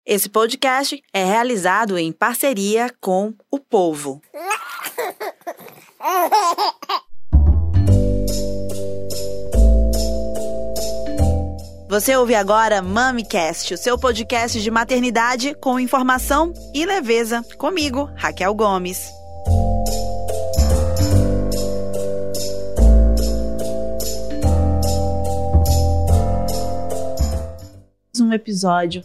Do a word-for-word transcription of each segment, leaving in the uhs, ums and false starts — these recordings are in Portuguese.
Esse podcast é realizado em parceria com o Povo. Você ouve agora MamiCast, o seu podcast de maternidade com informação e leveza. Comigo, Raquel Gomes. Um episódio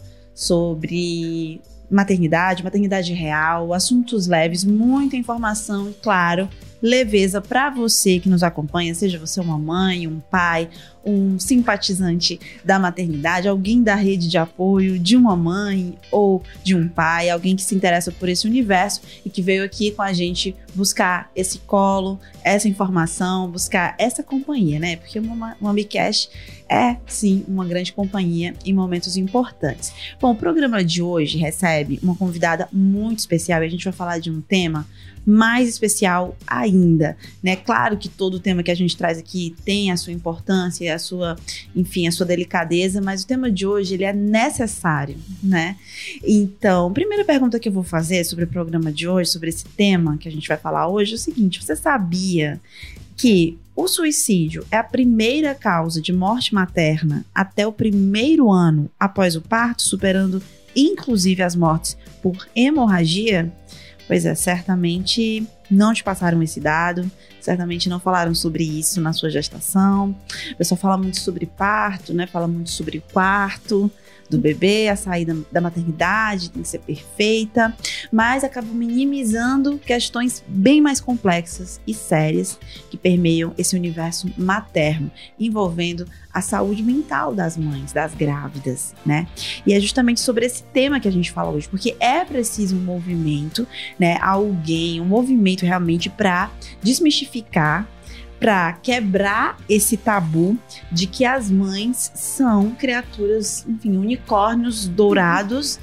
sobre maternidade, maternidade real, assuntos leves, muita informação e, claro, leveza para você que nos acompanha, seja você uma mãe, um pai, um simpatizante da maternidade, alguém da rede de apoio de uma mãe ou de um pai, alguém que se interessa por esse universo e que veio aqui com a gente buscar esse colo, essa informação, buscar essa companhia, né? Porque o MamiCast é, sim, uma grande companhia em momentos importantes. Bom, o programa de hoje recebe uma convidada muito especial e a gente vai falar de um tema mais especial ainda, né? Claro que todo tema que a gente traz aqui tem a sua importância, a sua, enfim, a sua delicadeza, mas o tema de hoje, ele é necessário, né? Então, a primeira pergunta que eu vou fazer sobre o programa de hoje, sobre esse tema que a gente vai falar hoje, é o seguinte: você sabia que o suicídio é a primeira causa de morte materna até o primeiro ano após o parto, superando inclusive as mortes por hemorragia? Pois é, certamente não te passaram esse dado, certamente não falaram sobre isso na sua gestação. O pessoal fala muito sobre parto, né? Fala muito sobre o quarto do bebê, a saída da maternidade tem que ser perfeita, mas acaba minimizando questões bem mais complexas e sérias que permeiam esse universo materno, envolvendo a saúde mental das mães, das grávidas, né? E é justamente sobre esse tema que a gente fala hoje, porque é preciso um movimento, né? Alguém, um movimento realmente para desmistificar, para quebrar esse tabu de que as mães são criaturas, enfim, unicórnios dourados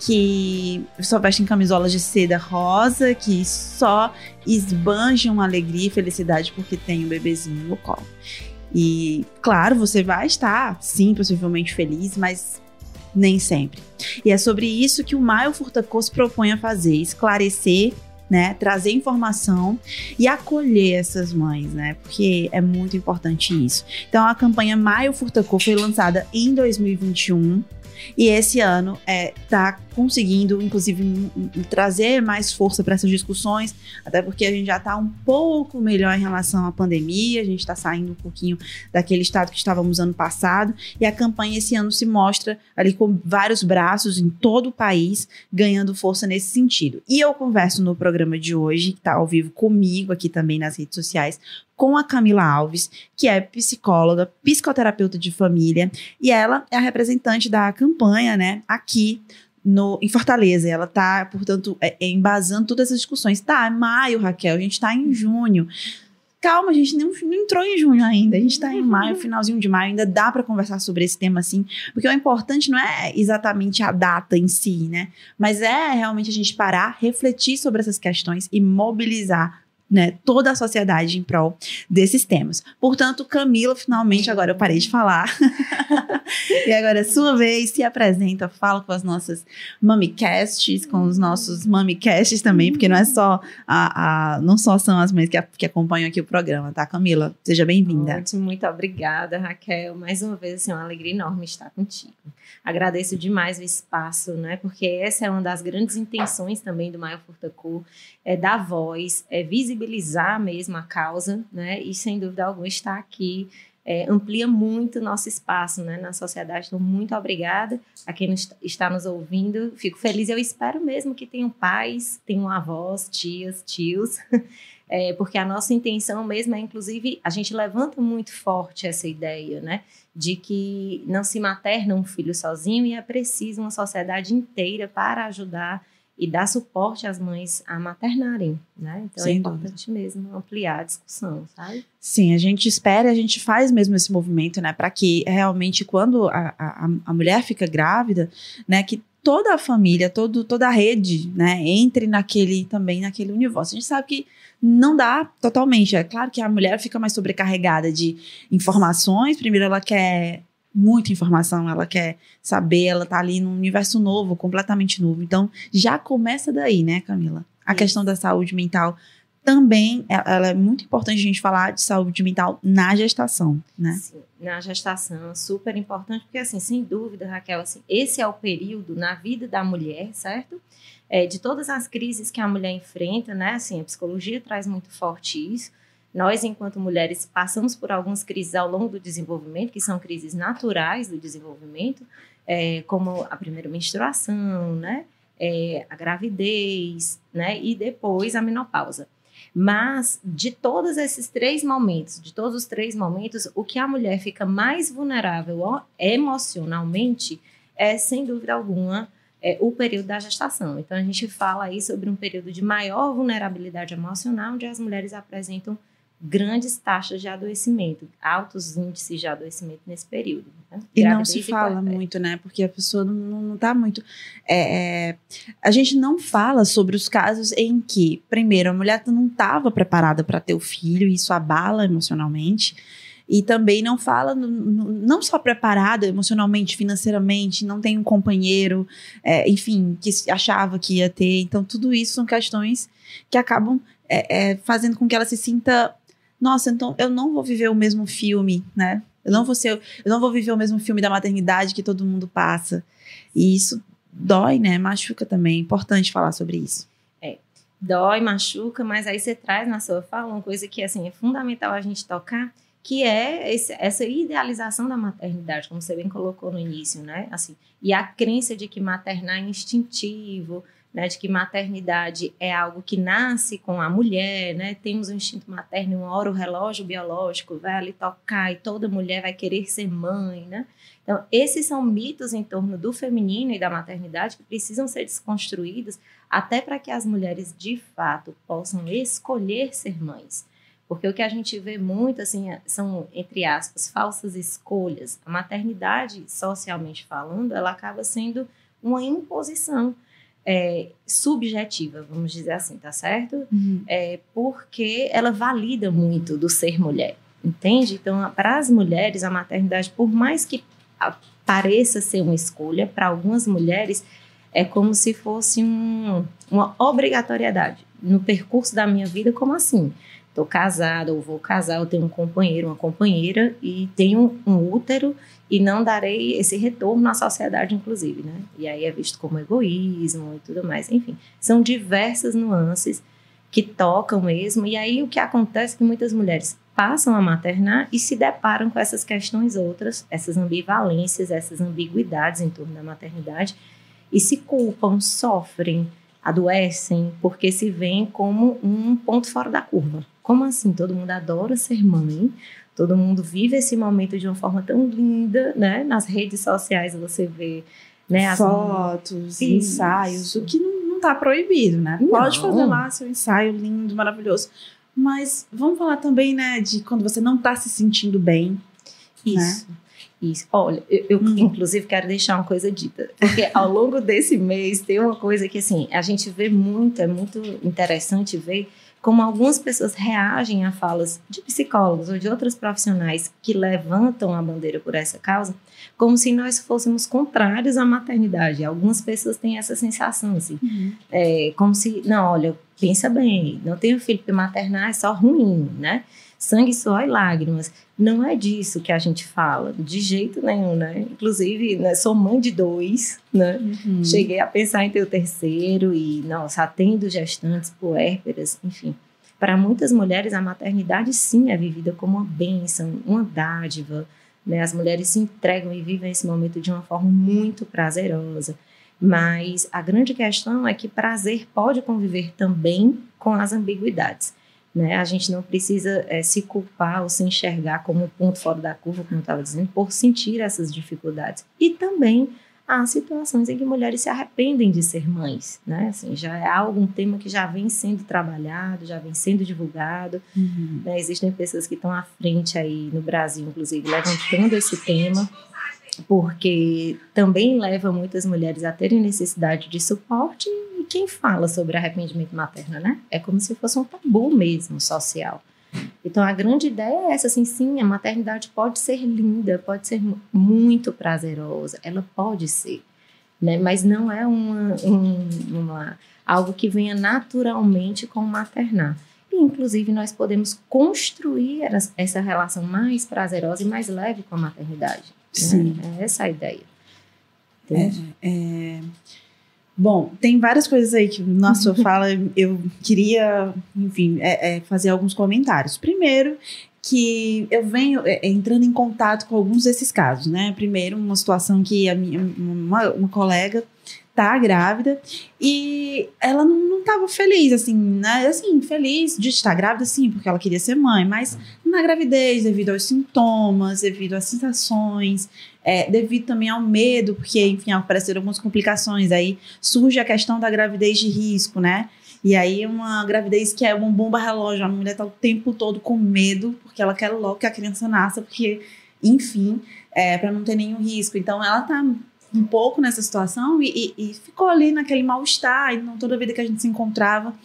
que só vestem camisolas de seda rosa, que só esbanjam alegria e felicidade porque tem um bebezinho no colo. E, claro, você vai estar, sim, possivelmente feliz, mas nem sempre. E é sobre isso que o Maio Furtacô se propõe a fazer, esclarecer, né, trazer informação e acolher essas mães, né, porque é muito importante isso. Então, a campanha Maio Furtacô foi lançada em dois mil e vinte e um e esse ano é, tá conseguindo, inclusive, m- m- trazer mais força para essas discussões, até porque a gente já está um pouco melhor em relação à pandemia, a gente está saindo um pouquinho daquele estado que estávamos ano passado, e a campanha esse ano se mostra ali com vários braços em todo o país, ganhando força nesse sentido. E eu converso no programa de hoje, que está ao vivo comigo aqui também nas redes sociais, com a Camila Alves, que é psicóloga, psicoterapeuta de família, e ela é a representante da campanha, né, aqui no, em Fortaleza. Ela está, portanto, é, é, embasando todas essas discussões. Tá, é maio, Raquel, a gente está em junho. Calma, a gente não, não entrou em junho ainda, a gente está em maio, finalzinho de maio, ainda dá para conversar sobre esse tema assim, porque o importante não é exatamente a data em si, né, mas é realmente a gente parar, refletir sobre essas questões e mobilizar, né, toda a sociedade em prol desses temas. Portanto, Camila, finalmente, agora eu parei de falar. E agora é sua vez, se apresenta, fala com as nossas MamiCasts, com os nossos MamiCasts também, porque não é só a, a, não só são as mães que, a, que acompanham aqui o programa, tá, Camila? Seja bem-vinda. Muito, muito obrigada, Raquel. Mais uma vez, assim, uma alegria enorme estar contigo. Agradeço demais o espaço, né, porque essa é uma das grandes intenções também do Maio Furtacô, é dar voz, é visibilizar mesmo a causa, né, e sem dúvida alguma estar aqui é, amplia muito o nosso espaço, né, na sociedade. Então, muito obrigada a quem nos, está nos ouvindo. Fico feliz, eu espero mesmo que tenham pais, tenham avós, tias, tios, é, porque a nossa intenção mesmo é, inclusive, a gente levanta muito forte essa ideia, né, de que não se materna um filho sozinho e é preciso uma sociedade inteira para ajudar e dar suporte às mães a maternarem, né? Então Sem é importante dúvida. mesmo ampliar a discussão, sabe? Sim, a gente espera, a gente faz mesmo esse movimento, né? Para que realmente quando a, a, a mulher fica grávida, né? Que toda a família, todo, toda a rede, né? Entre naquele, também naquele universo. A gente sabe que não dá totalmente. É claro que a mulher fica mais sobrecarregada de informações. Primeiro ela quer muita informação, ela quer saber, ela tá ali num universo novo, completamente novo. Então, já começa daí, né, Camila? A Isso. questão da saúde mental também, ela é muito importante a gente falar de saúde mental na gestação, né? Sim, na gestação, super importante, porque, assim, sem dúvida, Raquel, assim, esse é o período na vida da mulher, certo? É, de todas as crises que a mulher enfrenta, né? Assim, a psicologia traz muito forte isso. Nós, enquanto mulheres, passamos por algumas crises ao longo do desenvolvimento, que são crises naturais do desenvolvimento, é, como a primeira menstruação, né? É, a gravidez, né? E depois a menopausa. Mas, de todos esses três momentos, de todos os três momentos, o que a mulher fica mais vulnerável emocionalmente é, sem dúvida alguma, é o período da gestação. Então, a gente fala aí sobre um período de maior vulnerabilidade emocional, onde as mulheres apresentam grandes taxas de adoecimento, altos índices de adoecimento nesse período. Né? E não se fala muito, né? Porque a pessoa não, não tá muito... É, é, a gente não fala sobre os casos em que, primeiro, a mulher não estava preparada para ter o filho, e isso abala emocionalmente, e também não fala, não só preparada emocionalmente, financeiramente, não tem um companheiro, é, enfim, que achava que ia ter. Então, tudo isso são questões que acabam é, é, fazendo com que ela se sinta... Nossa, então eu não vou viver o mesmo filme, né? Eu não vou ser, eu não vou viver o mesmo filme da maternidade que todo mundo passa. E isso dói, né? Machuca também. É importante falar sobre isso. É, dói, machuca, mas aí você traz na sua fala uma coisa que, assim, é fundamental a gente tocar, que é esse, essa idealização da maternidade, como você bem colocou no início, né? Assim, e a crença de que maternar é instintivo, né, de que maternidade é algo que nasce com a mulher, né? Temos um instinto materno, uma hora o relógio biológico vai ali tocar e toda mulher vai querer ser mãe, né? Então, esses são mitos em torno do feminino e da maternidade que precisam ser desconstruídos até para que as mulheres, de fato, possam escolher ser mães. Porque o que a gente vê muito, assim, são, entre aspas, falsas escolhas. A maternidade, socialmente falando, ela acaba sendo uma imposição É, subjetiva, vamos dizer assim, tá certo? Uhum. É, porque ela valida muito do ser mulher, entende? Então, para as mulheres, a maternidade, por mais que pareça ser uma escolha, para algumas mulheres é como se fosse um, uma obrigatoriedade. No percurso da minha vida, como assim? Estou casada ou vou casar, eu tenho um companheiro, uma companheira e tenho um útero e não darei esse retorno à sociedade, inclusive, né? E aí é visto como egoísmo e tudo mais. Enfim, são diversas nuances que tocam mesmo. E aí o que acontece é que muitas mulheres passam a maternar e se deparam com essas questões outras, essas ambivalências, essas ambiguidades em torno da maternidade e se culpam, sofrem, adoecem, porque se veem como um ponto fora da curva. Como assim? Todo mundo adora ser mãe, todo mundo vive esse momento de uma forma tão linda, né? Nas redes sociais você vê, né, as fotos, ensaios, o que não está proibido, né? Não. Pode fazer lá seu ensaio lindo, maravilhoso. Mas vamos falar também, né, de quando você não está se sentindo bem. Isso. Né? Isso. Olha, eu, eu hum. inclusive quero deixar uma coisa dita, porque ao longo desse mês tem uma coisa que, assim, a gente vê muito, é muito interessante ver como algumas pessoas reagem a falas de psicólogos ou de outros profissionais que levantam a bandeira por essa causa, como se nós fôssemos contrários à maternidade. Algumas pessoas têm essa sensação, assim, uhum. é, como se, não, olha, pensa bem, não tenho filho porque maternar é só ruim, né? Sangue, suor e lágrimas. Não é disso que a gente fala, de jeito nenhum, né? Inclusive, né, sou mãe de dois, né? Uhum. Cheguei a pensar em ter o terceiro e, nossa, atendo gestantes, puérperas, enfim. Para muitas mulheres, a maternidade, sim, é vivida como uma bênção, uma dádiva, né? As mulheres se entregam e vivem esse momento de uma forma muito prazerosa. Mas a grande questão é que prazer pode conviver também com as ambiguidades. Né? A gente não precisa é, se culpar ou se enxergar como um ponto fora da curva, como eu estava dizendo, por sentir essas dificuldades. E também há situações em que mulheres se arrependem de ser mães. Né? Assim, já é algum tema que já vem sendo trabalhado, já vem sendo divulgado. Uhum. Né? Existem pessoas que estão à frente aí no Brasil, inclusive, levantando esse tema, porque também leva muitas mulheres a terem necessidade de suporte. E quem fala sobre arrependimento materno, né? É como se fosse um tabu mesmo social. Então, a grande ideia é essa, assim, sim, a maternidade pode ser linda, pode ser muito prazerosa, ela pode ser, né? Mas não é uma, um, uma, algo que venha naturalmente com o maternar. E, inclusive, nós podemos construir essa relação mais prazerosa e mais leve com a maternidade. Sim. Né? É essa a ideia. É, é... Bom, tem várias coisas aí que na sua fala eu queria, enfim, é, é fazer alguns comentários. Primeiro, que eu venho é, entrando em contato com alguns desses casos, né? Primeiro, uma situação que a minha, uma, uma colega tá grávida e ela não estava feliz, assim, né? Assim, feliz de estar grávida, sim, porque ela queria ser mãe, mas na gravidez, devido aos sintomas, devido às sensações, é, devido também ao medo, porque, enfim, apareceram algumas complicações, aí surge a questão da gravidez de risco, né? E aí uma gravidez que é uma bomba relógio, a mulher tá o tempo todo com medo, porque ela quer logo que a criança nasça, porque, enfim, é, para não ter nenhum risco. Então, ela tá um pouco nessa situação e, e, e ficou ali naquele mal-estar, e não, toda a vida que a gente se encontrava,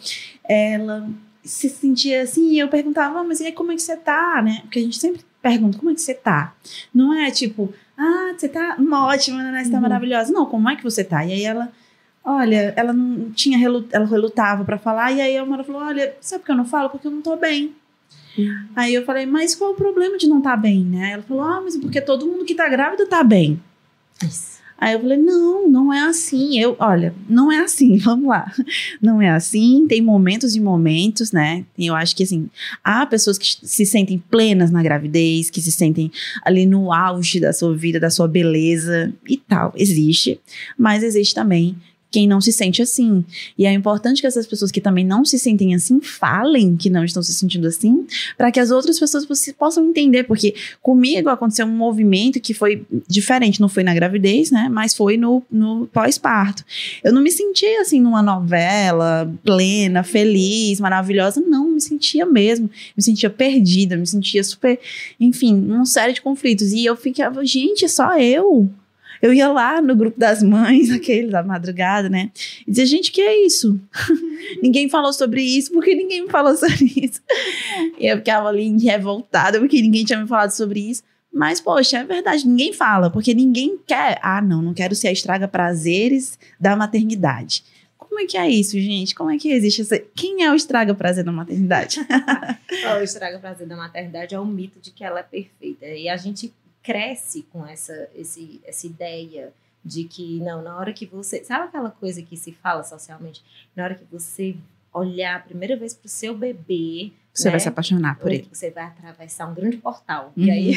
ela se sentia assim, e eu perguntava, ah, mas e aí, como é que você tá, né? Porque a gente sempre pergunta, como é que você tá? Não é tipo, ah, você tá uma ótima, né? Você tá uhum. maravilhosa. Não, como é que você tá? E aí ela, olha, ela não tinha, ela relutava pra falar, e aí a Mara falou, olha, sabe por que eu não falo? Porque eu não tô bem. Uhum. Aí eu falei, mas qual é o problema de não estar tá bem, né? Ela falou, ah, mas porque todo mundo que tá grávida tá bem. Isso. Aí eu falei, não, não é assim. Eu, olha, não é assim, vamos lá. Não é assim, tem momentos e momentos, né? Eu acho que, assim, há pessoas que se sentem plenas na gravidez, que se sentem ali no auge da sua vida, da sua beleza e tal. Existe, mas existe também quem não se sente assim. E é importante que essas pessoas que também não se sentem assim, falem que não estão se sentindo assim, para que as outras pessoas possam entender, porque comigo aconteceu um movimento que foi diferente, não foi na gravidez, né, mas foi no, no pós-parto. Eu não me sentia assim numa novela, plena, feliz, maravilhosa, não, me sentia mesmo, me sentia perdida, me sentia super, enfim, uma série de conflitos, e eu ficava, gente, só eu? Eu ia lá no grupo das mães, aquele da madrugada, né? E dizia, gente, que é isso? Ninguém falou sobre isso, porque ninguém me falou sobre isso. E eu ficava ali revoltada, porque ninguém tinha me falado sobre isso. Mas, poxa, é verdade, ninguém fala, porque ninguém quer. Ah, não, não quero ser a estraga-prazeres da maternidade. Como é que é isso, gente? Como é que existe essa... Quem é o estraga-prazer da maternidade? O estraga-prazer da maternidade é o mito de que ela é perfeita. E a gente cresce com essa, esse, essa ideia de que, não, na hora que você... Sabe aquela coisa que se fala socialmente? Na hora que você olhar a primeira vez para o seu bebê... Você né? vai se apaixonar por ele. Você vai atravessar um grande portal. Uhum. E aí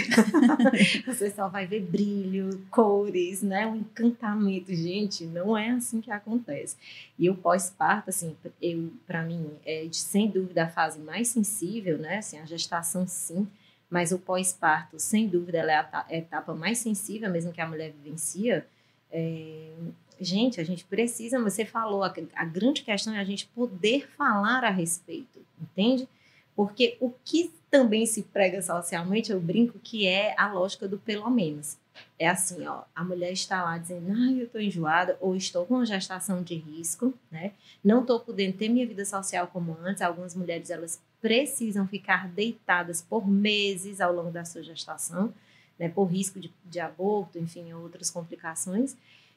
você só vai ver brilho, cores, né? Um encantamento. Gente, não é assim que acontece. E o pós-parto, assim, para mim, é de, sem dúvida a fase mais sensível, né? Assim, a gestação, sim. Mas o pós-parto, sem dúvida, ela é a etapa mais sensível, mesmo que a mulher vivencia. É... Gente, a gente precisa, você falou, a, a grande questão é a gente poder falar a respeito, entende? Porque o que também se prega socialmente, eu brinco, que é a lógica do pelo menos. É assim, ó, a mulher está lá dizendo, ai, eu estou enjoada, ou estou com uma gestação de risco, né? Não estou podendo ter minha vida social como antes. Algumas mulheres, elas precisam ficar deitadas por meses ao longo da sua gestação, né? Por risco de, de aborto, enfim, outras complicações.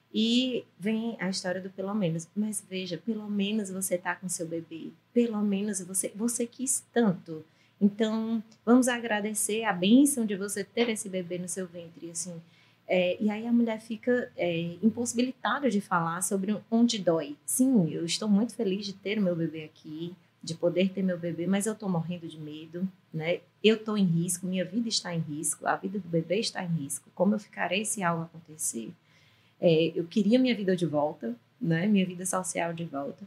E vem a história do pelo menos. Mas veja, pelo menos você está com seu bebê. Pelo menos você, você quis tanto. Então, vamos agradecer a bênção de você ter esse bebê no seu ventre, assim. É, e aí a mulher fica é, impossibilitada de falar sobre onde dói. Sim, eu estou muito feliz de ter o meu bebê aqui, de poder ter meu bebê, mas eu estou morrendo de medo, né? Eu estou em risco, minha vida está em risco, a vida do bebê está em risco. Como eu ficarei se algo acontecer? É, eu queria minha vida de volta, né? Minha vida social de volta.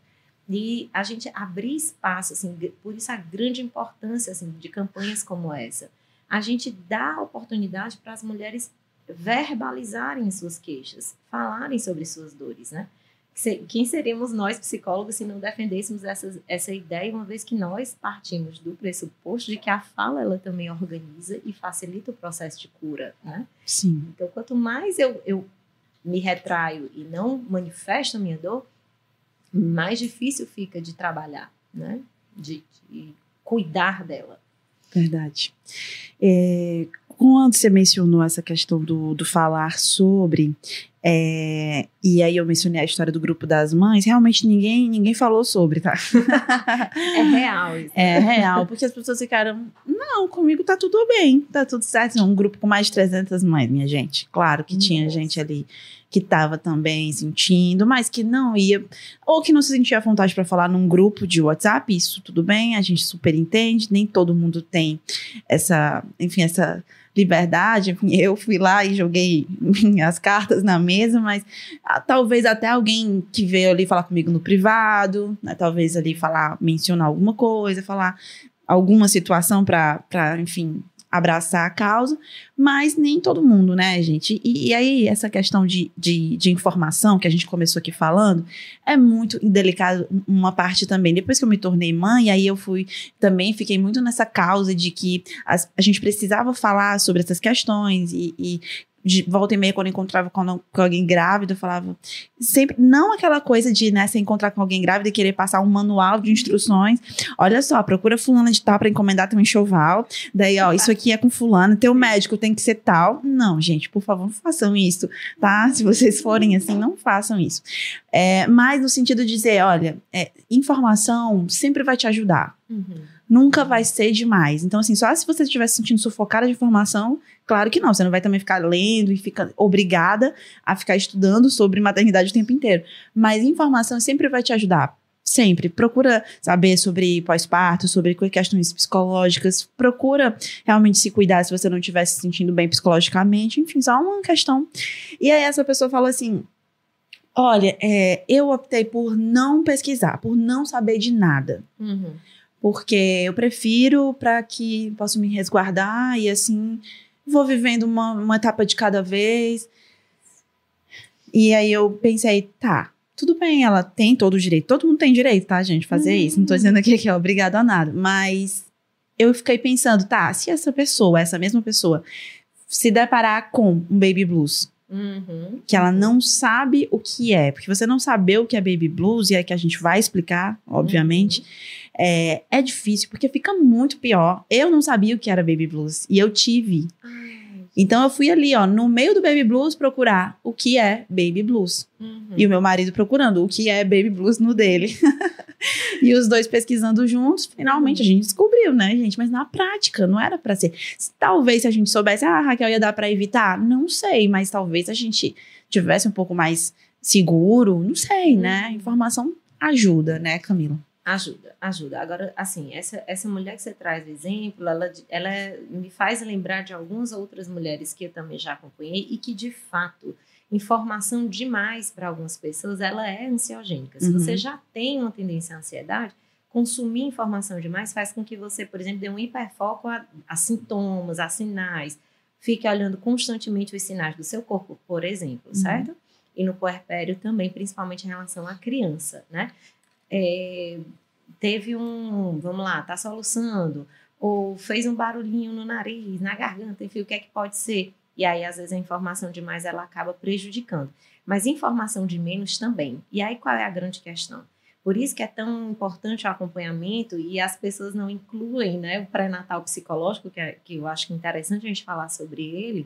E a gente abrir espaço, assim, por isso a grande importância, assim, de campanhas como essa. A gente dá oportunidade para as mulheres verbalizarem suas queixas, falarem sobre suas dores, né? Quem seríamos nós, psicólogos, se não defendêssemos essa, essa ideia, uma vez que nós partimos do pressuposto de que a fala, ela também organiza e facilita o processo de cura, né? Sim. Então, quanto mais eu, eu me retraio e não manifesto a minha dor, mais difícil fica de trabalhar, né? De, de cuidar dela. Verdade. É, quando você mencionou essa questão do, do falar sobre, é, e aí eu mencionei a história do grupo das mães, realmente ninguém, ninguém falou sobre, tá? É real isso. É real, porque as pessoas ficaram, não, comigo tá tudo bem, tá tudo certo. Um grupo com mais de trezentas mães, minha gente. Claro que tinha Nossa. gente ali que tava também sentindo, mas que não ia, ou que não se sentia à vontade para falar num grupo de WhatsApp, isso tudo bem, a gente super entende, nem todo mundo tem essa, enfim, essa liberdade. Enfim, eu fui lá e joguei as cartas na mesa, mas ah, talvez até alguém que veio ali falar comigo no privado, né, talvez ali falar, mencionar alguma coisa, falar alguma situação para, enfim, abraçar a causa, mas nem todo mundo, né, gente? E, e aí, essa questão de, de, de informação que a gente começou aqui falando, é muito delicado uma parte também. Depois que eu me tornei mãe, aí eu fui, também fiquei muito nessa causa de que as, a gente precisava falar sobre essas questões e, e de volta e meia, quando eu encontrava com, com alguém grávida, eu falava sempre, não aquela coisa de, né, você encontrar com alguém grávida e querer passar um manual de instruções. Olha só, procura fulana de tal para encomendar teu enxoval. Daí, ó, isso aqui é com fulano, teu médico tem que ser tal. Não, gente, por favor, não façam isso, tá? Se vocês forem assim, não façam isso. É, mas no sentido de dizer, olha, é, informação sempre vai te ajudar. Uhum. Nunca vai ser demais. Então, assim, só se você estiver se sentindo sufocada de informação, claro que não. Você não vai também ficar lendo e ficar obrigada a ficar estudando sobre maternidade o tempo inteiro. Mas informação sempre vai te ajudar. Sempre. Procura saber sobre pós-parto, sobre questões psicológicas. Procura realmente se cuidar se você não estiver se sentindo bem psicologicamente. Enfim, só uma questão. E aí essa pessoa falou assim, olha, é, eu optei por não pesquisar, por não saber de nada. Uhum. Porque eu prefiro para que possa me resguardar e assim, vou vivendo uma, uma etapa de cada vez. E aí eu pensei, tá, tudo bem, ela tem todo o direito. Todo mundo tem direito, tá, gente, fazer uhum. isso. Não tô dizendo aqui que é obrigado a nada. Mas eu fiquei pensando, tá, se essa pessoa, essa mesma pessoa, se deparar com um baby blues, uhum. que ela não sabe o que é, porque você não saber o que é baby blues, e é que a gente vai explicar, obviamente, uhum. É, é difícil, porque fica muito pior. Eu não sabia o que era baby blues, e eu tive. Ai. Então, eu fui ali, ó, no meio do baby blues, procurar o que é baby blues. Uhum. E o meu marido procurando o que é baby blues no dele. E os dois pesquisando juntos, finalmente, uhum. a gente descobriu, né, gente? Mas na prática, não era pra ser. Talvez se a gente soubesse, ah, Raquel, ia dar pra evitar? Não sei, mas talvez a gente tivesse um pouco mais seguro, não sei, uhum. né? Informação ajuda, né, Camila? Ajuda, ajuda. Agora, assim, essa, essa mulher que você traz exemplo, ela, ela me faz lembrar de algumas outras mulheres que eu também já acompanhei e que, de fato, informação demais para algumas pessoas, ela é ansiogênica. Se uhum. você já tem uma tendência à ansiedade, consumir informação demais faz com que você, por exemplo, dê um hiperfoco a, a sintomas, a sinais, fique olhando constantemente os sinais do seu corpo, por exemplo, uhum. certo? E no puerpério também, principalmente em relação à criança, né? É, teve um, vamos lá, tá soluçando, ou fez um barulhinho no nariz, na garganta, enfim, o que é que pode ser? E aí, às vezes, a informação demais, ela acaba prejudicando. Mas informação de menos também. E aí, qual é a grande questão? Por isso que é tão importante o acompanhamento e as pessoas não incluem, né, o pré-natal psicológico, que, é, que eu acho interessante a gente falar sobre ele,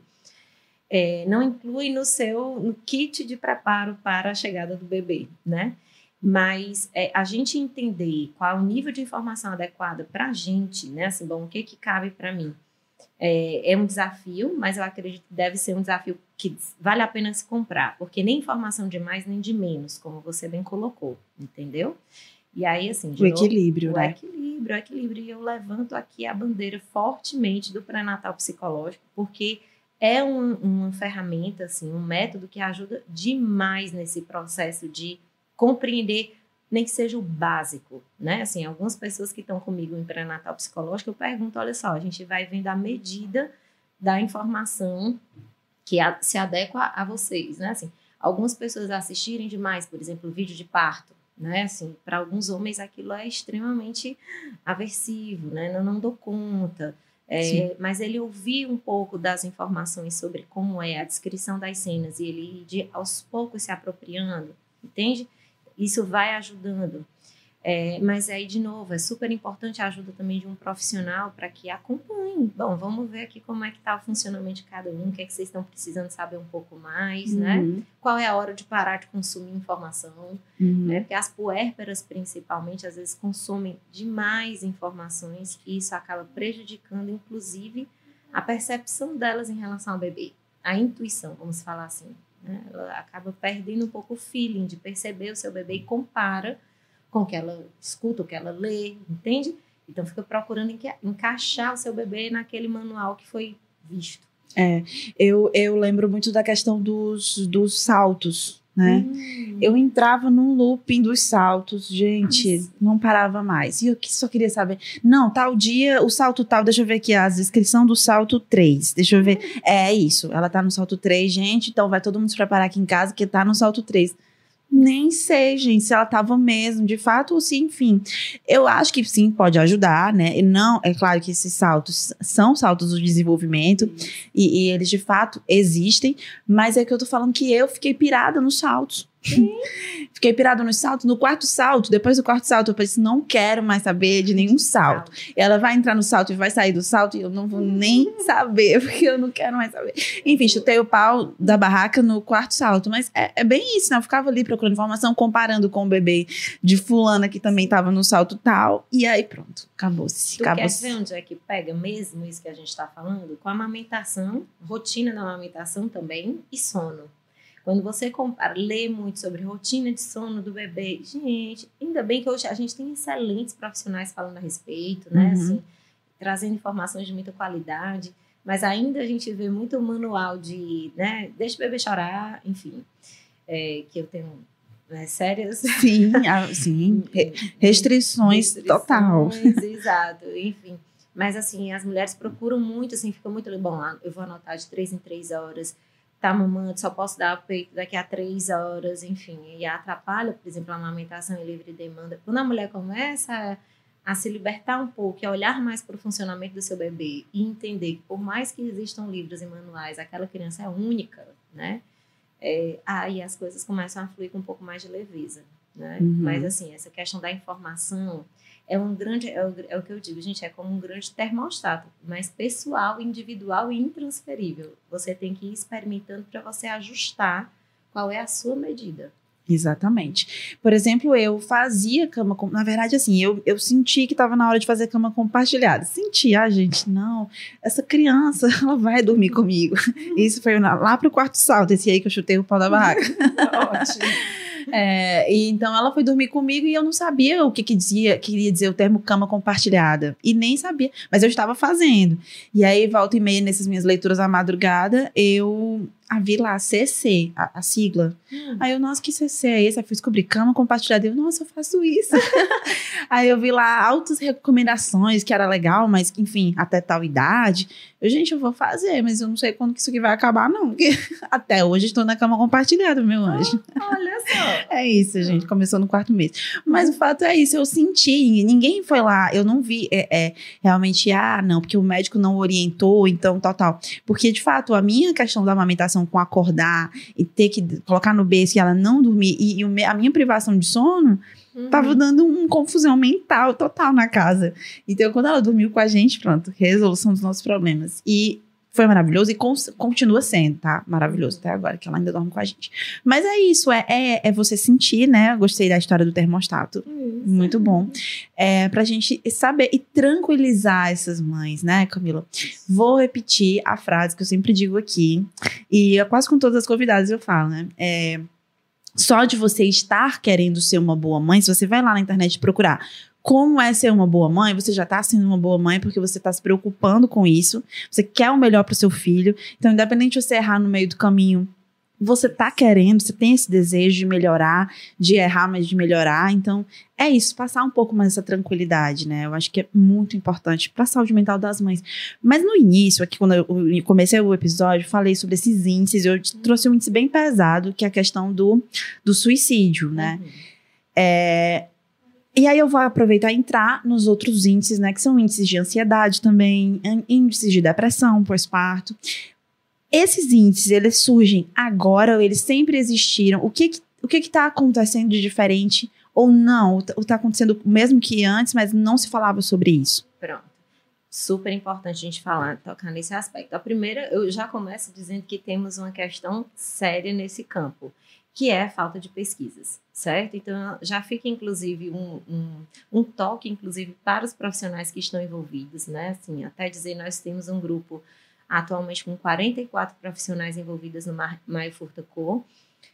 é, não inclui no seu no kit de preparo para a chegada do bebê, né? Mas é, a gente entender qual é o nível de informação adequada para a gente, né? Assim, bom, o que, que cabe para mim? É, é um desafio, mas eu acredito que deve ser um desafio que vale a pena se comprar, porque nem informação de mais nem de menos, como você bem colocou, entendeu? E aí, assim, de o novo, equilíbrio, o né? O equilíbrio, o equilíbrio. E eu levanto aqui a bandeira fortemente do pré-natal psicológico, porque é um, uma ferramenta, assim, um método que ajuda demais nesse processo de compreender, nem que seja o básico, né? Assim, algumas pessoas que estão comigo em pré-natal psicológico, eu pergunto, olha só, a gente vai vendo a medida da informação que a, se adequa a, a vocês, né? Assim, algumas pessoas assistirem demais, por exemplo, o vídeo de parto, né? Assim, para alguns homens aquilo é extremamente aversivo, né? Eu não dou conta. É, mas ele ouvir um pouco das informações sobre como é a descrição das cenas e ele ir de, aos poucos se apropriando, entende? Isso vai ajudando. É, mas aí, de novo, é super importante a ajuda também de um profissional para que acompanhe. Bom, vamos ver aqui como é que está o funcionamento de cada um, o que é que vocês estão precisando saber um pouco mais, uhum. né? Qual é a hora de parar de consumir informação, uhum. né? Porque as puérperas, principalmente, às vezes consomem demais informações e isso acaba prejudicando, inclusive, a percepção delas em relação ao bebê. A intuição, vamos falar assim. Né? Ela acaba perdendo um pouco o feeling de perceber o seu bebê e compara com o que ela escuta, o que ela lê, entende? Então, fica procurando enca- encaixar o seu bebê naquele manual que foi visto. É, eu, eu lembro muito da questão dos, dos saltos, né? Hum. Eu entrava num looping dos saltos, gente, Isso. não parava mais. E eu só queria saber, não, tal dia, o salto tal, deixa eu ver aqui, a descrição do salto três, deixa eu ver. Hum. É isso, ela tá no salto três, gente, então vai todo mundo se preparar aqui em casa que tá no salto três. Nem sei, gente, se ela estava mesmo, de fato, ou se, enfim. Eu acho que sim, pode ajudar, né? E não, é claro que esses saltos são saltos do desenvolvimento e, e eles, de fato, existem, mas é que eu tô falando que eu fiquei pirada nos saltos. Fiquei pirada nos saltos. No quarto salto, depois do quarto salto, eu pensei, não quero mais saber de nenhum salto. Ela vai entrar no salto e vai sair do salto e eu não vou nem saber, porque eu não quero mais saber. Enfim, chutei o pau da barraca no quarto salto. Mas é, é bem isso, né? Eu ficava ali procurando informação, comparando com o bebê de fulana que também estava no salto tal. E aí pronto, acabou-se. Tu acabou-se. quer ver onde é que pega mesmo isso que a gente está falando? Com a amamentação, rotina da amamentação também e sono. Quando você compara, lê muito sobre rotina de sono do bebê, gente, ainda bem que hoje a gente tem excelentes profissionais falando a respeito, né? Uhum. Assim, trazendo informações de muita qualidade, mas ainda a gente vê muito manual de, né? Deixa o bebê chorar, enfim, é, que eu tenho né, sérias... Sim, a, sim. Restrições, Restrições total. Exato, enfim. Mas, assim, as mulheres procuram muito, assim, fica muito... Bom, eu vou anotar de três em três horas... tá mamando, só posso dar o peito daqui a três horas, enfim, e atrapalha, por exemplo, a amamentação em livre demanda. Quando a mulher começa a, a se libertar um pouco, a olhar mais para o funcionamento do seu bebê e entender que por mais que existam livros e manuais, aquela criança é única, né? É, aí as coisas começam a fluir com um pouco mais de leveza, né? Uhum. Mas, assim, essa questão da informação... É um grande, é o, é o que eu digo, gente, é como um grande termostato, mas pessoal, individual e intransferível. Você tem que ir experimentando para você ajustar qual é a sua medida. Exatamente. Por exemplo, eu fazia cama, com, na verdade, assim, eu, eu senti que estava na hora de fazer cama compartilhada. Senti, ah, gente, não, essa criança, ela vai dormir comigo. Isso foi lá pro quarto salto, esse aí que eu chutei o pau da barraca. Ótimo. É, e então ela foi dormir comigo e eu não sabia o que, que dizia, queria dizer o termo cama compartilhada. E nem sabia, mas eu estava fazendo. E aí, volta e meia, nessas minhas leituras à madrugada, eu ah, vi lá C C, a, a sigla. Hum. Aí eu, nossa, que C C é esse? Aí fui descobrir cama compartilhada. Eu, nossa, eu faço isso. Aí eu vi lá altas recomendações, que era legal, mas enfim, até tal idade. Eu, gente, eu vou fazer, mas eu não sei quando que isso aqui vai acabar, não. Porque até hoje estou na cama compartilhada, meu anjo. Ah, olha só. É isso, gente. Começou no quarto mês. Mas o fato é isso, eu senti. Ninguém foi lá. Eu não vi é, é, realmente, ah, não, porque o médico não orientou, então, tal, tal. Porque, de fato, a minha questão da amamentação com acordar e ter que colocar no berço e ela não dormir, e, e a minha privação de sono... Uhum. Tava dando uma confusão mental total na casa. Então, quando ela dormiu com a gente, pronto, resolução dos nossos problemas. E foi maravilhoso e con- continua sendo, tá? Maravilhoso até agora, que ela ainda dorme com a gente. Mas é isso, é, é, é você sentir, né? Eu gostei da história do termostato. Isso. Muito bom. É, pra gente saber e tranquilizar essas mães, né, Camila? Vou repetir a frase que eu sempre digo aqui. E quase com todas as convidadas eu falo, né? É... Só de você estar querendo ser uma boa mãe, se você vai lá na internet procurar como é ser uma boa mãe, você já está sendo uma boa mãe porque você está se preocupando com isso, você quer o melhor para o seu filho. Então, independente de você errar no meio do caminho, você está querendo, você tem esse desejo de melhorar, de errar, mas de melhorar. Então, é isso, passar um pouco mais essa tranquilidade, né? Eu acho que é muito importante para a saúde mental das mães. Mas no início, aqui quando eu comecei o episódio, falei sobre esses índices, eu trouxe um índice bem pesado, que é a questão do, do suicídio, né? Uhum. É... E aí eu vou aproveitar e entrar nos outros índices, né? Que são índices de ansiedade também, índices de depressão pós-parto. Esses índices, eles surgem agora ou eles sempre existiram? O que que, o que que tá acontecendo de diferente Ou não, ou está acontecendo o mesmo que antes, mas não se falava sobre isso? Pronto. Super importante a gente falar, tocar nesse aspecto. A primeira, eu já começo dizendo que temos uma questão séria nesse campo, que é a falta de pesquisas, certo? Então, já fica, inclusive, um, um, um toque, inclusive, para os profissionais que estão envolvidos, né? Assim, até dizer, nós temos um grupo atualmente com quarenta e quatro profissionais envolvidas no Maio Furta Co,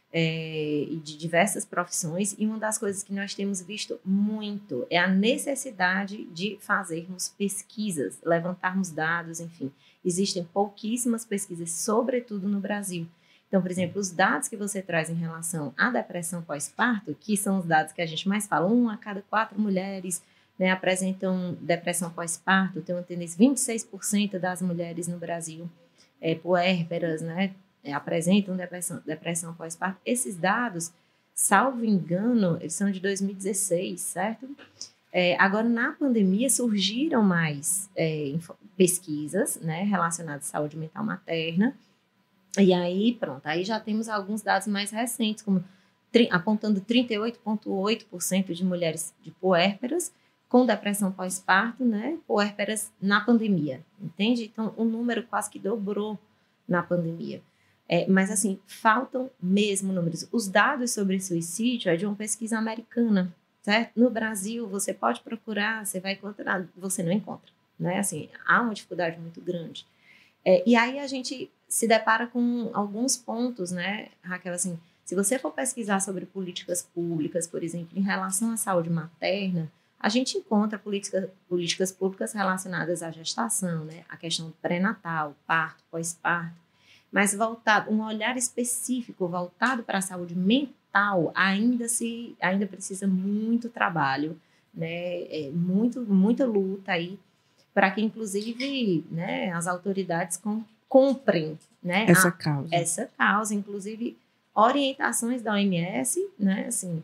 É, e de diversas profissões, e uma das coisas que nós temos visto muito é a necessidade de fazermos pesquisas, levantarmos dados, enfim. Existem pouquíssimas pesquisas, sobretudo no Brasil. Então, por exemplo, os dados que você traz em relação à depressão pós-parto, que são os dados que a gente mais fala, uma a cada quatro mulheres, né, apresentam depressão pós-parto, tem uma tendência, vinte e seis por cento das mulheres no Brasil, é, puérperas, né, É, apresentam depressão, depressão pós-parto. Esses dados, salvo engano, eles são de dois mil e dezesseis, certo? É, agora, na pandemia, surgiram mais é, pesquisas, né, relacionadas à saúde mental materna. E aí, pronto, aí já temos alguns dados mais recentes, como apontando trinta e oito vírgula oito por cento de mulheres de puérperas com depressão pós-parto, né, puérperas na pandemia, entende? Então, o número quase que dobrou na pandemia. É, mas, assim, faltam mesmo números. Os dados sobre suicídio é de uma pesquisa americana, certo? No Brasil, você pode procurar, você vai encontrar, você não encontra, né? Assim, há uma dificuldade muito grande. É, e aí a gente se depara com alguns pontos, né, Raquel? Assim, se você for pesquisar sobre políticas públicas, por exemplo, em relação à saúde materna, a gente encontra política, políticas públicas relacionadas à gestação, né? A questão pré-natal, parto, pós-parto, mas voltado, um olhar específico voltado para a saúde mental ainda, se, ainda precisa muito trabalho, né? É, muito, muita luta aí para que, inclusive, né, as autoridades com, comprem, né, essa a, causa. Essa causa, inclusive orientações da O M S, né, assim,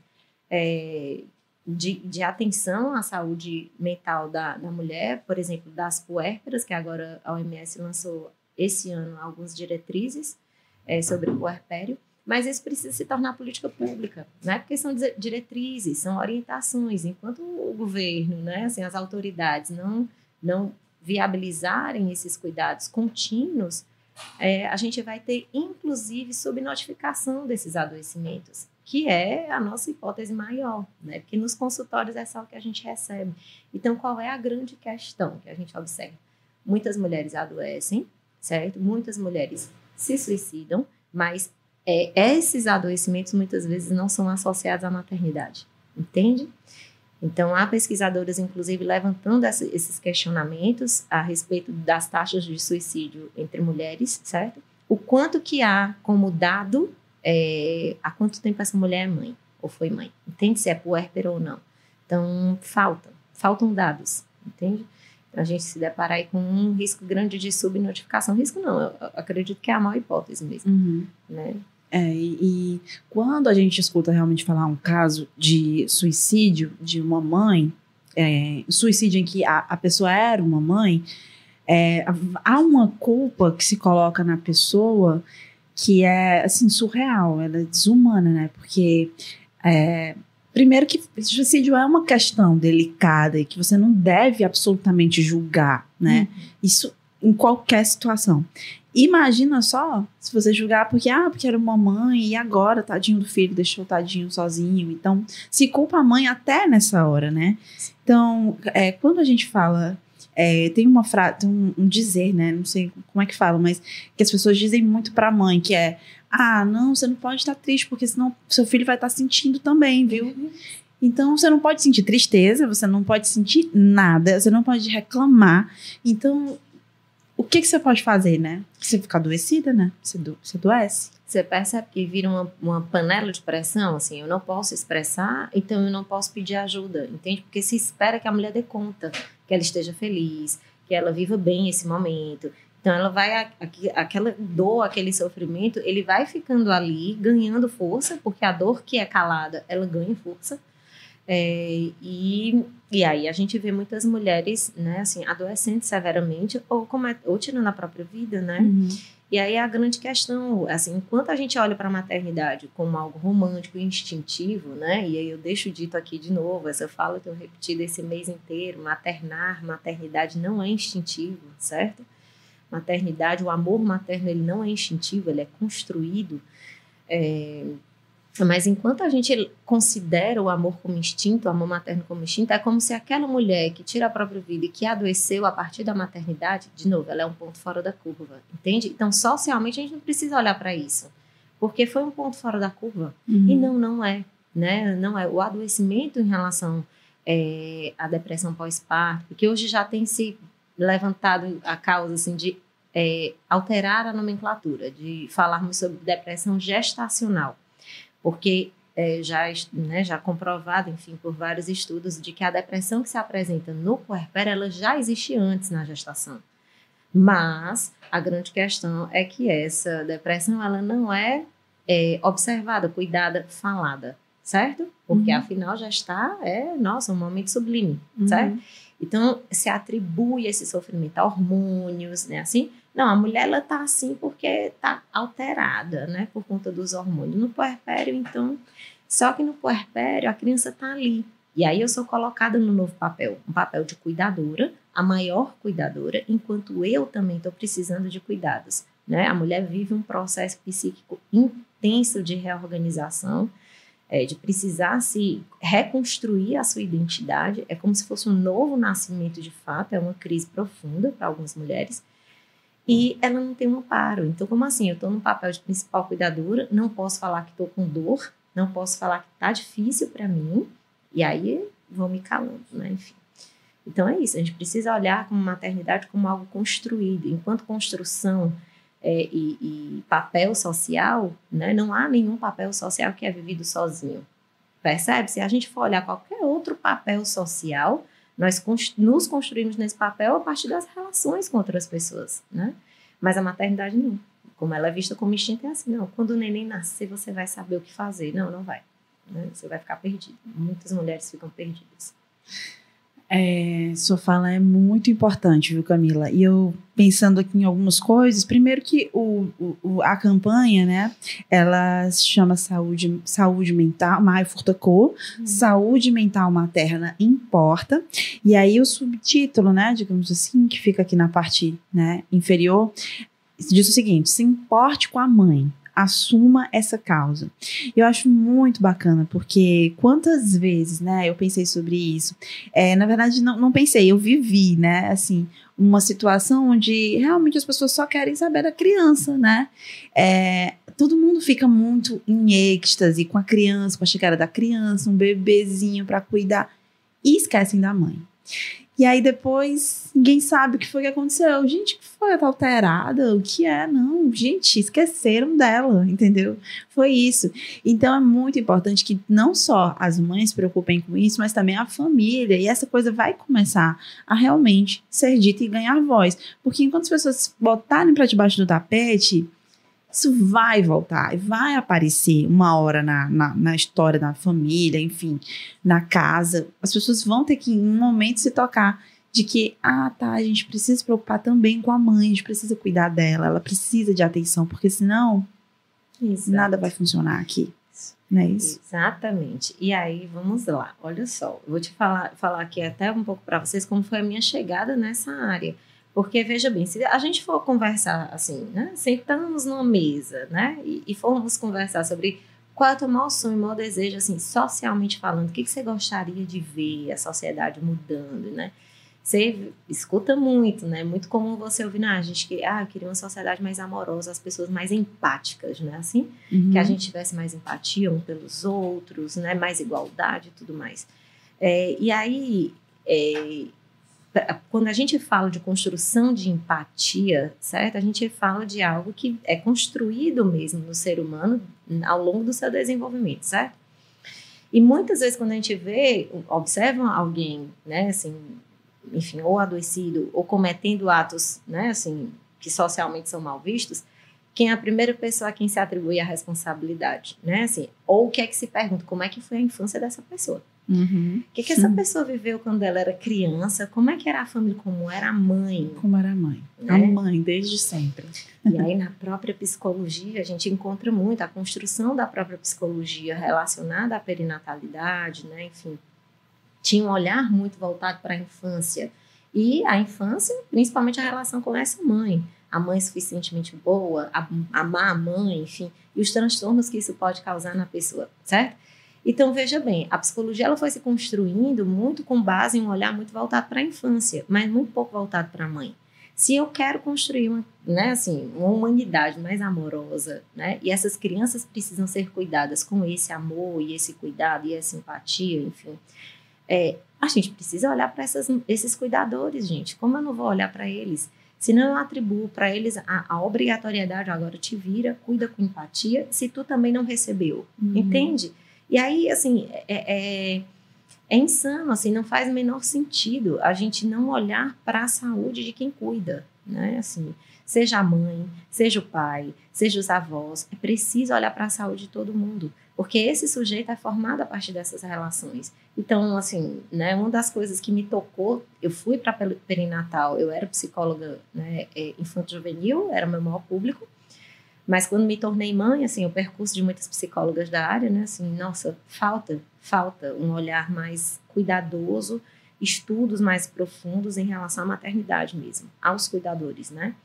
é, de, de atenção à saúde mental da, da mulher, por exemplo, das puérperas, que agora a O M S lançou esse ano algumas diretrizes é, sobre o puerpério, mas isso precisa se tornar política pública, né? Porque são diretrizes, são orientações. Enquanto o governo, né, assim, as autoridades não, não viabilizarem esses cuidados contínuos, é, a gente vai ter, inclusive, subnotificação desses adoecimentos, que é a nossa hipótese maior, né? Porque nos consultórios é só o que a gente recebe. Então, qual é a grande questão que a gente observa? Muitas mulheres adoecem, certo? Muitas mulheres se suicidam, mas é, esses adoecimentos muitas vezes não são associados à maternidade, entende? Então, há pesquisadoras, inclusive, levantando essa, esses questionamentos a respeito das taxas de suicídio entre mulheres, certo? O quanto que há como dado, é, há quanto tempo essa mulher é mãe, ou foi mãe, entende? Se é puérpera ou não. Então, faltam, faltam dados, entende? A gente se deparar aí com um risco grande de subnotificação. Risco não, eu acredito que é a maior hipótese mesmo, uhum. né? É, e, e quando a gente escuta realmente falar um caso de suicídio de uma mãe, é, suicídio em que a, a pessoa era uma mãe, é, há uma culpa que se coloca na pessoa que é, assim, surreal, ela é desumana, né? Porque... É, primeiro que suicídio é uma questão delicada e que você não deve absolutamente julgar, né? Uhum. Isso em qualquer situação. Imagina só se você julgar porque, ah, porque era uma mãe e agora, tadinho do filho, deixou o tadinho sozinho. Então, se culpa a mãe até nessa hora, né? Então, é, quando a gente fala... É, tem uma frase, um, um dizer, né? Não sei como é que fala, mas que as pessoas dizem muito pra mãe, que é: ah, não, você não pode estar triste, porque senão seu filho vai estar sentindo também, viu? Uhum. Então, você não pode sentir tristeza, você não pode sentir nada, você não pode reclamar. Então, o que, que você pode fazer, né? Você fica adoecida, né? Você, do, você adoece. Você percebe que vira uma, uma panela de pressão, assim, eu não posso expressar, então eu não posso pedir ajuda, entende? Porque se espera que a mulher dê conta, que ela esteja feliz, que ela viva bem esse momento. Então, ela vai, aquela dor, aquele sofrimento, ele vai ficando ali, ganhando força, porque a dor que é calada, ela ganha força. É, e, e aí a gente vê muitas mulheres, né, assim, adoecendo severamente ou, como é, ou tirando a própria vida, né? Uhum. E aí a grande questão, assim, enquanto a gente olha para a maternidade como algo romântico e instintivo, né? E aí eu deixo dito aqui de novo, essa fala que eu repeti esse mês inteiro, maternar, maternidade não é instintivo, certo? Maternidade, o amor materno, ele não é instintivo, ele é construído. É... Mas enquanto a gente considera o amor como instinto, o amor materno como instinto, é como se aquela mulher que tira a própria vida e que adoeceu a partir da maternidade, de novo, ela é um ponto fora da curva, entende? Então, socialmente, a gente não precisa olhar para isso, porque foi um ponto fora da curva. Uhum. E não, não é, né? Não é. O adoecimento em relação é, à depressão pós-parto, porque hoje já tem se levantado a causa, assim, de é, alterar a nomenclatura, de falarmos sobre depressão gestacional. Porque é, já, né, já comprovado, enfim, por vários estudos, de que a depressão que se apresenta no puerpério, ela já existe antes na gestação. Mas a grande questão é que essa depressão, ela não é, é observada, cuidada, falada, certo? Porque, uhum. afinal, já está, é, nossa, um momento sublime, uhum. certo? Então, se atribui esse sofrimento a hormônios, né, assim... Não, a mulher, ela tá assim porque está alterada, né? Por conta dos hormônios. No puerpério, então... Só que no puerpério, a criança tá ali. E aí eu sou colocada no novo papel. Um papel de cuidadora, a maior cuidadora, enquanto eu também estou precisando de cuidados, né? A mulher vive um processo psíquico intenso de reorganização, é, de precisar se reconstruir a sua identidade. É como se fosse um novo nascimento de fato. É uma crise profunda para algumas mulheres. E ela não tem um amparo. Então, como assim? Eu estou no papel de principal cuidadora, não posso falar que estou com dor, não posso falar que está difícil para mim, e aí vou me calando, né? Enfim. Então, é isso. A gente precisa olhar como maternidade como algo construído. Enquanto construção é, e, e papel social, né, não há nenhum papel social que é vivido sozinho. Percebe? Se a gente for olhar qualquer outro papel social... Nós nos construímos nesse papel a partir das relações com outras pessoas, né? Mas a maternidade não. Como ela é vista como instinto, é assim, não. Quando o neném nascer, você vai saber o que fazer. Não, não vai. Né? Você vai ficar perdido. Muitas mulheres ficam perdidas. É, sua fala é muito importante, viu, Camila? E eu, pensando aqui em algumas coisas, primeiro que o, o, a campanha, né, ela se chama Saúde, Saúde Mental, Maio Furtacô, hum. Saúde Mental Materna Importa, e aí o subtítulo, né, digamos assim, que fica aqui na parte, né, inferior, diz o seguinte: se importe com a mãe, assuma essa causa. Eu acho muito bacana, porque quantas vezes, né, eu pensei sobre isso. É, na verdade, não, não pensei, eu vivi, né, assim, uma situação onde realmente as pessoas só querem saber da criança, né. É, todo mundo fica muito em êxtase com a criança, com a chegada da criança, um bebezinho para cuidar, e esquecem da mãe. E aí depois ninguém sabe o que foi que aconteceu. Gente, que foi? Ela tá alterada? O que é? Não, gente, esqueceram dela, entendeu? Foi isso. Então é muito importante que não só as mães se preocupem com isso, mas também a família. E essa coisa vai começar a realmente ser dita e ganhar voz. Porque enquanto as pessoas botarem para debaixo do tapete, isso vai voltar, vai aparecer uma hora na, na, na história da família, enfim, na casa. As pessoas vão ter que, em um momento, se tocar de que, ah, tá, a gente precisa se preocupar também com a mãe, a gente precisa cuidar dela, ela precisa de atenção, porque senão Exato. Nada vai funcionar aqui. Não é isso? Exatamente. E aí, vamos lá, olha só, eu vou te falar, falar aqui até um pouco para vocês como foi a minha chegada nessa área. Porque, veja bem, se a gente for conversar assim, né, sentamos numa mesa, né, e, e formos conversar sobre qual é o teu maior sonho, o maior desejo, assim, socialmente falando, o que, que você gostaria de ver a sociedade mudando, né? Você escuta muito, né? Muito comum você ouvir, ah, a gente que, ah, eu queria uma sociedade mais amorosa, as pessoas mais empáticas, né? Assim, uhum. Que a gente tivesse mais empatia um pelos outros, né? Mais igualdade e tudo mais. É, e aí... É, quando a gente fala de construção de empatia, certo? A gente fala de algo que é construído mesmo no ser humano ao longo do seu desenvolvimento, certo? E muitas vezes quando a gente vê, observa alguém, né, assim, enfim, ou adoecido, ou cometendo atos, né, assim, que socialmente são mal vistos, quem é a primeira pessoa a quem se atribui a responsabilidade, né? Assim, ou o que é que se pergunta, como é que foi a infância dessa pessoa? Uhum. O que, que essa pessoa viveu quando ela era criança? Como é que era a família? Como era a mãe? Como era a mãe. Né? A mãe, desde sempre. E aí, na própria psicologia, a gente encontra muito a construção da própria psicologia relacionada à perinatalidade, né? Enfim, tinha um olhar muito voltado para a infância. E a infância, principalmente a relação com essa mãe. A mãe suficientemente boa, a, amar a mãe, enfim, e os transtornos que isso pode causar na pessoa, certo? Então, veja bem, a psicologia ela foi se construindo muito com base em um olhar muito voltado para a infância, mas muito pouco voltado para a mãe. Se eu quero construir uma, né, assim, uma humanidade mais amorosa, né, e essas crianças precisam ser cuidadas com esse amor e esse cuidado e essa empatia, enfim, é, a gente precisa olhar para esses cuidadores, gente. Como eu não vou olhar para eles? Senão eu atribuo para eles a, a obrigatoriedade, agora te vira, cuida com empatia, se tu também não recebeu, uhum. Entende? E aí, assim, é, é, é insano, assim, não faz o menor sentido a gente não olhar para a saúde de quem cuida, né? Assim, seja a mãe, seja o pai, seja os avós, é preciso olhar para a saúde de todo mundo, porque esse sujeito é formado a partir dessas relações. Então, assim, né, uma das coisas que me tocou, eu fui para perinatal, eu era psicóloga, né, infanto-juvenil, era meu maior público, mas quando me tornei mãe, assim, o percurso de muitas psicólogas da área, né, assim, nossa, falta, falta um olhar mais cuidadoso, estudos mais profundos em relação à maternidade mesmo, aos cuidadores, né?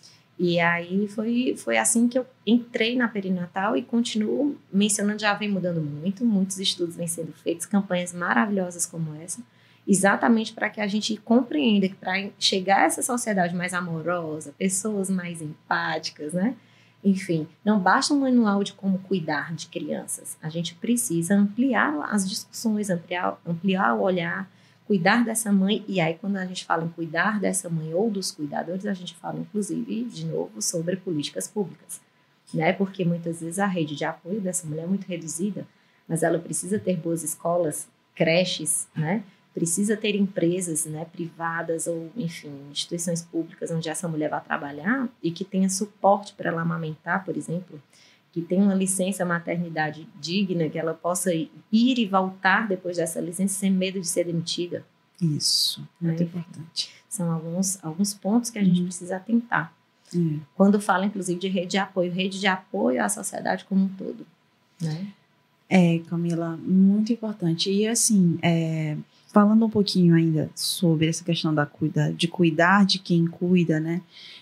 E aí foi, foi assim que eu entrei na perinatal e continuo mencionando, já vem mudando muito, muitos estudos vêm sendo feitos, campanhas maravilhosas como essa, exatamente para que a gente compreenda que para chegar a essa sociedade mais amorosa, pessoas mais empáticas, né? Enfim, não basta um manual de como cuidar de crianças, a gente precisa ampliar as discussões, ampliar, ampliar o olhar, cuidar dessa mãe, e aí quando a gente fala em cuidar dessa mãe ou dos cuidadores, a gente fala inclusive, de novo, sobre políticas públicas, né? Porque muitas vezes a rede de apoio dessa mulher é muito reduzida, mas ela precisa ter boas escolas, creches, né? Precisa ter empresas, né, privadas ou, enfim, instituições públicas onde essa mulher vai trabalhar e que tenha suporte para ela amamentar, por exemplo, que tenha uma licença maternidade digna, que ela possa ir e voltar depois dessa licença sem medo de ser demitida. Isso, muito Aí, importante. São alguns, alguns pontos que a gente uhum. precisa atentar. Uhum. Quando fala, inclusive, de rede de apoio, rede de apoio à sociedade como um todo, né? É, Camila, muito importante. E, assim, é, falando um pouquinho ainda sobre essa questão da cuida, de cuidar de quem cuida, né?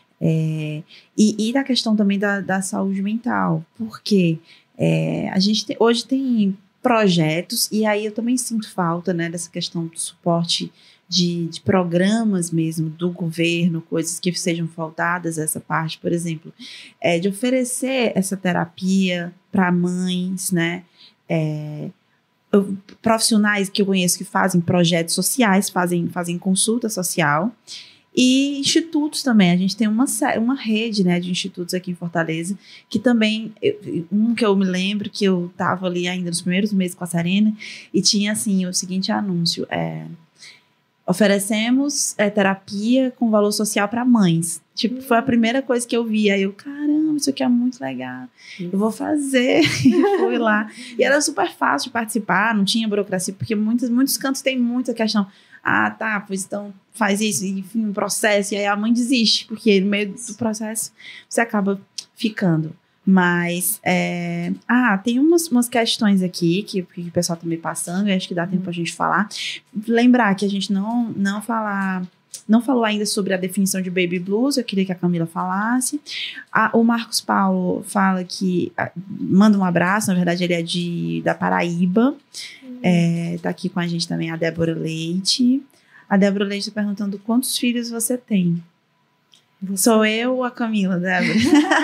É, e, e da questão também da, da saúde mental, porque é, a gente te, hoje tem projetos, e aí eu também sinto falta, né, dessa questão do suporte de, de programas mesmo do governo, coisas que sejam faltadas essa parte, por exemplo, é, de oferecer essa terapia para mães, né, é, eu, profissionais que eu conheço que fazem projetos sociais, fazem, fazem consulta social, e institutos também. A gente tem uma, uma rede, né, de institutos aqui em Fortaleza, que também, eu, um que eu me lembro, que eu estava ali ainda nos primeiros meses com a Serena, e tinha assim o seguinte anúncio, é, oferecemos é, terapia com valor social para mães. Tipo, foi a primeira coisa que eu vi. Aí eu, caramba, isso aqui é muito legal. Eu vou fazer. E fui lá. E era super fácil de participar, não tinha burocracia, porque muitos, muitos cantos tem muita questão. Ah, tá, pois então faz isso, enfim, um processo. E aí a mãe desiste, porque no meio do processo você acaba ficando. Mas, é... ah, tem umas, umas questões aqui que, que o pessoal tá me passando, e acho que dá tempo pra gente falar. Lembrar que a gente não, não falar... Não falou ainda sobre a definição de baby blues, eu queria que a Camila falasse. A, o Marcos Paulo fala que... A, manda um abraço, na verdade ele é de, da Paraíba. Uhum. É, tá aqui com a gente também a Débora Leite. A Débora Leite tá perguntando quantos filhos você tem. Sou eu ou a Camila, Débora?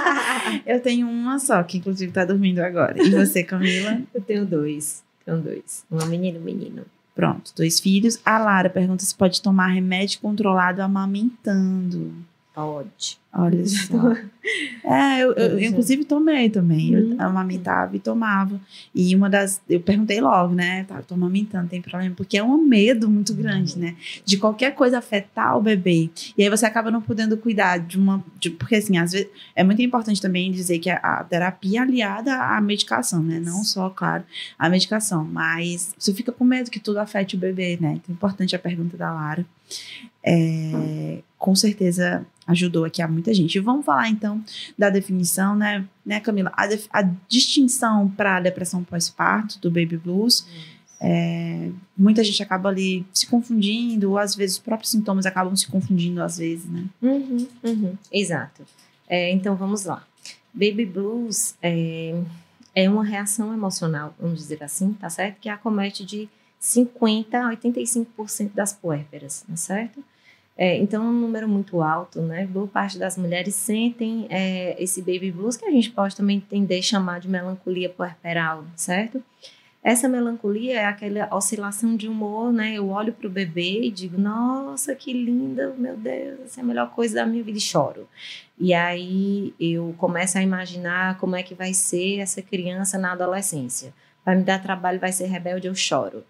Eu tenho uma só, que inclusive tá dormindo agora. E você, Camila? Eu tenho dois. Tenho dois. Uma menina e um menino. Pronto, dois filhos. A Lara pergunta se pode tomar remédio controlado amamentando. Pode. Olha só. É, eu, eu, eu inclusive tomei também. Eu Uhum. amamentava e tomava. E uma das. Eu perguntei logo, né? Tá, eu tô amamentando, tem problema? Porque é um medo muito grande, né? De qualquer coisa afetar o bebê. E aí você acaba não podendo cuidar de uma. De, porque, assim, às vezes. É muito importante também dizer que a, a terapia é aliada à medicação, né? Não só, claro, a medicação. Mas você fica com medo que tudo afete o bebê, né? Então é importante a pergunta da Lara. É, com certeza ajudou aqui a muita gente. E vamos falar então da definição, né, né Camila? A, def, a distinção para a depressão pós-parto do baby blues. É, muita gente acaba ali se confundindo, ou às vezes os próprios sintomas acabam se confundindo às vezes, né? Uhum, uhum, exato. É, então vamos lá. Baby blues é, é uma reação emocional, vamos dizer assim, tá certo? Que acomete de cinquenta a oitenta e cinco por cento das puérperas, tá certo? É, então, é um número muito alto, né? Boa parte das mulheres sentem é, esse baby blues, que a gente pode também entender chamar de melancolia puerperal, certo? Essa melancolia é aquela oscilação de humor, né? Eu olho para o bebê e digo, nossa, que linda, meu Deus, essa é a melhor coisa da minha vida, e choro. E aí eu começo a imaginar como é que vai ser essa criança na adolescência. Vai me dar trabalho, vai ser rebelde, eu choro.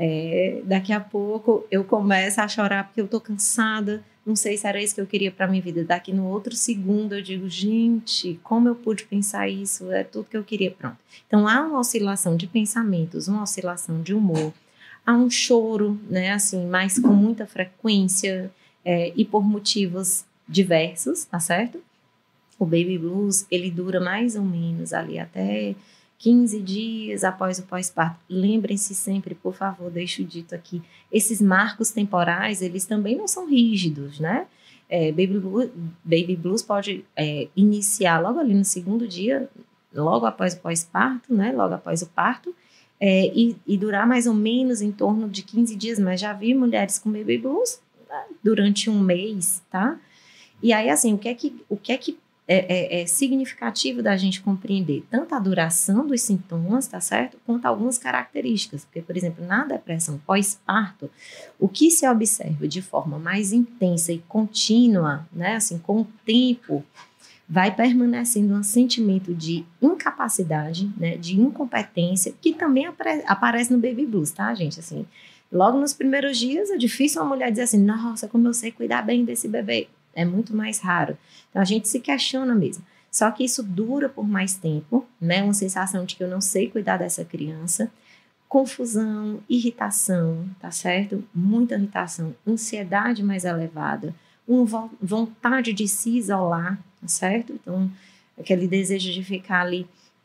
É, daqui a pouco eu começo a chorar porque eu estou cansada, não sei se era isso que eu queria para minha vida. Daqui no outro segundo eu digo, gente, como eu pude pensar isso? É tudo que eu queria, pronto. Então há uma oscilação de pensamentos, uma oscilação de humor, há um choro, né, assim, mas com muita frequência é, e por motivos diversos, tá certo? O baby blues, ele dura mais ou menos ali até quinze dias após o pós-parto. Lembrem-se sempre, por favor, deixo dito aqui, esses marcos temporais, eles também não são rígidos, né? É, baby, blues, baby blues pode é, iniciar logo ali no segundo dia, logo após o pós-parto, né? Logo após o parto, é, e, e durar mais ou menos em torno de quinze dias, mas já vi mulheres com baby blues, né, durante um mês, tá? E aí, assim, o que é que, o que, é que É, é, é significativo da gente compreender tanto a duração dos sintomas, tá certo? Quanto algumas características. Porque, por exemplo, na depressão pós-parto, o que se observa de forma mais intensa e contínua, né? Assim, com o tempo, vai permanecendo um sentimento de incapacidade, né? De incompetência, que também apare- aparece no baby blues, tá, gente? Assim, logo nos primeiros dias, é difícil uma mulher dizer assim, nossa, como eu sei cuidar bem desse bebê. É muito mais raro. Então, a gente se questiona mesmo. Só que isso dura por mais tempo, né? Uma sensação de que eu não sei cuidar dessa criança. Confusão, irritação, tá certo? Muita irritação, ansiedade mais elevada, uma vontade de se isolar, tá certo? Então, aquele desejo de ficar ali,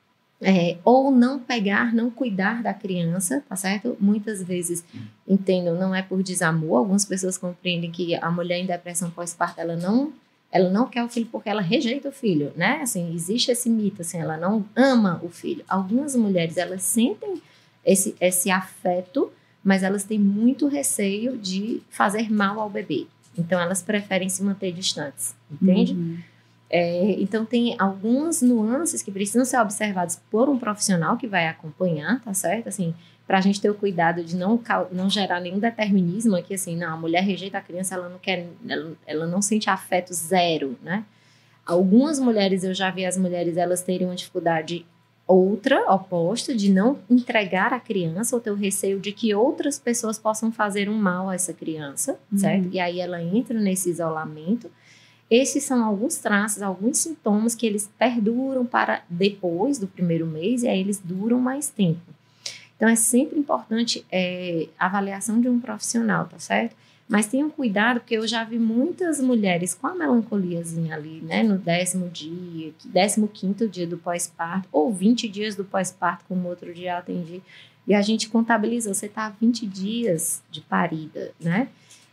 é, ou não pegar, não cuidar da criança, tá certo? Muitas vezes, entendo, não é por desamor, algumas pessoas compreendem que a mulher em depressão pós-parto, ela não, ela não quer o filho porque ela rejeita o filho, né? Assim, existe esse mito, assim, ela não ama o filho. Algumas mulheres, elas sentem esse, esse afeto, mas elas têm muito receio de fazer mal ao bebê. Então, elas preferem se manter distantes, entende? Uhum. É, então, tem algumas nuances que precisam ser observadas por um profissional que vai acompanhar, tá certo? Assim, para a gente ter o cuidado de não, não gerar nenhum determinismo aqui, assim, não, a mulher rejeita a criança, ela não quer, ela, ela não sente afeto zero, né? Algumas mulheres, eu já vi as mulheres, elas terem uma dificuldade outra, oposta, de não entregar a criança, ou ter o receio de que outras pessoas possam fazer um mal a essa criança, uhum. certo? E aí ela entra nesse isolamento. Esses são alguns traços, alguns sintomas que eles perduram para depois do primeiro mês e aí eles duram mais tempo. Então, é sempre importante é, a avaliação de um profissional, tá certo? Mas tenham cuidado, porque eu já vi muitas mulheres com a melancoliazinha ali, né? No décimo dia, décimo quinto dia do pós-parto, ou vinte dias do pós-parto, como outro dia eu atendi. E a gente contabilizou, você está há vinte dias de parida, né?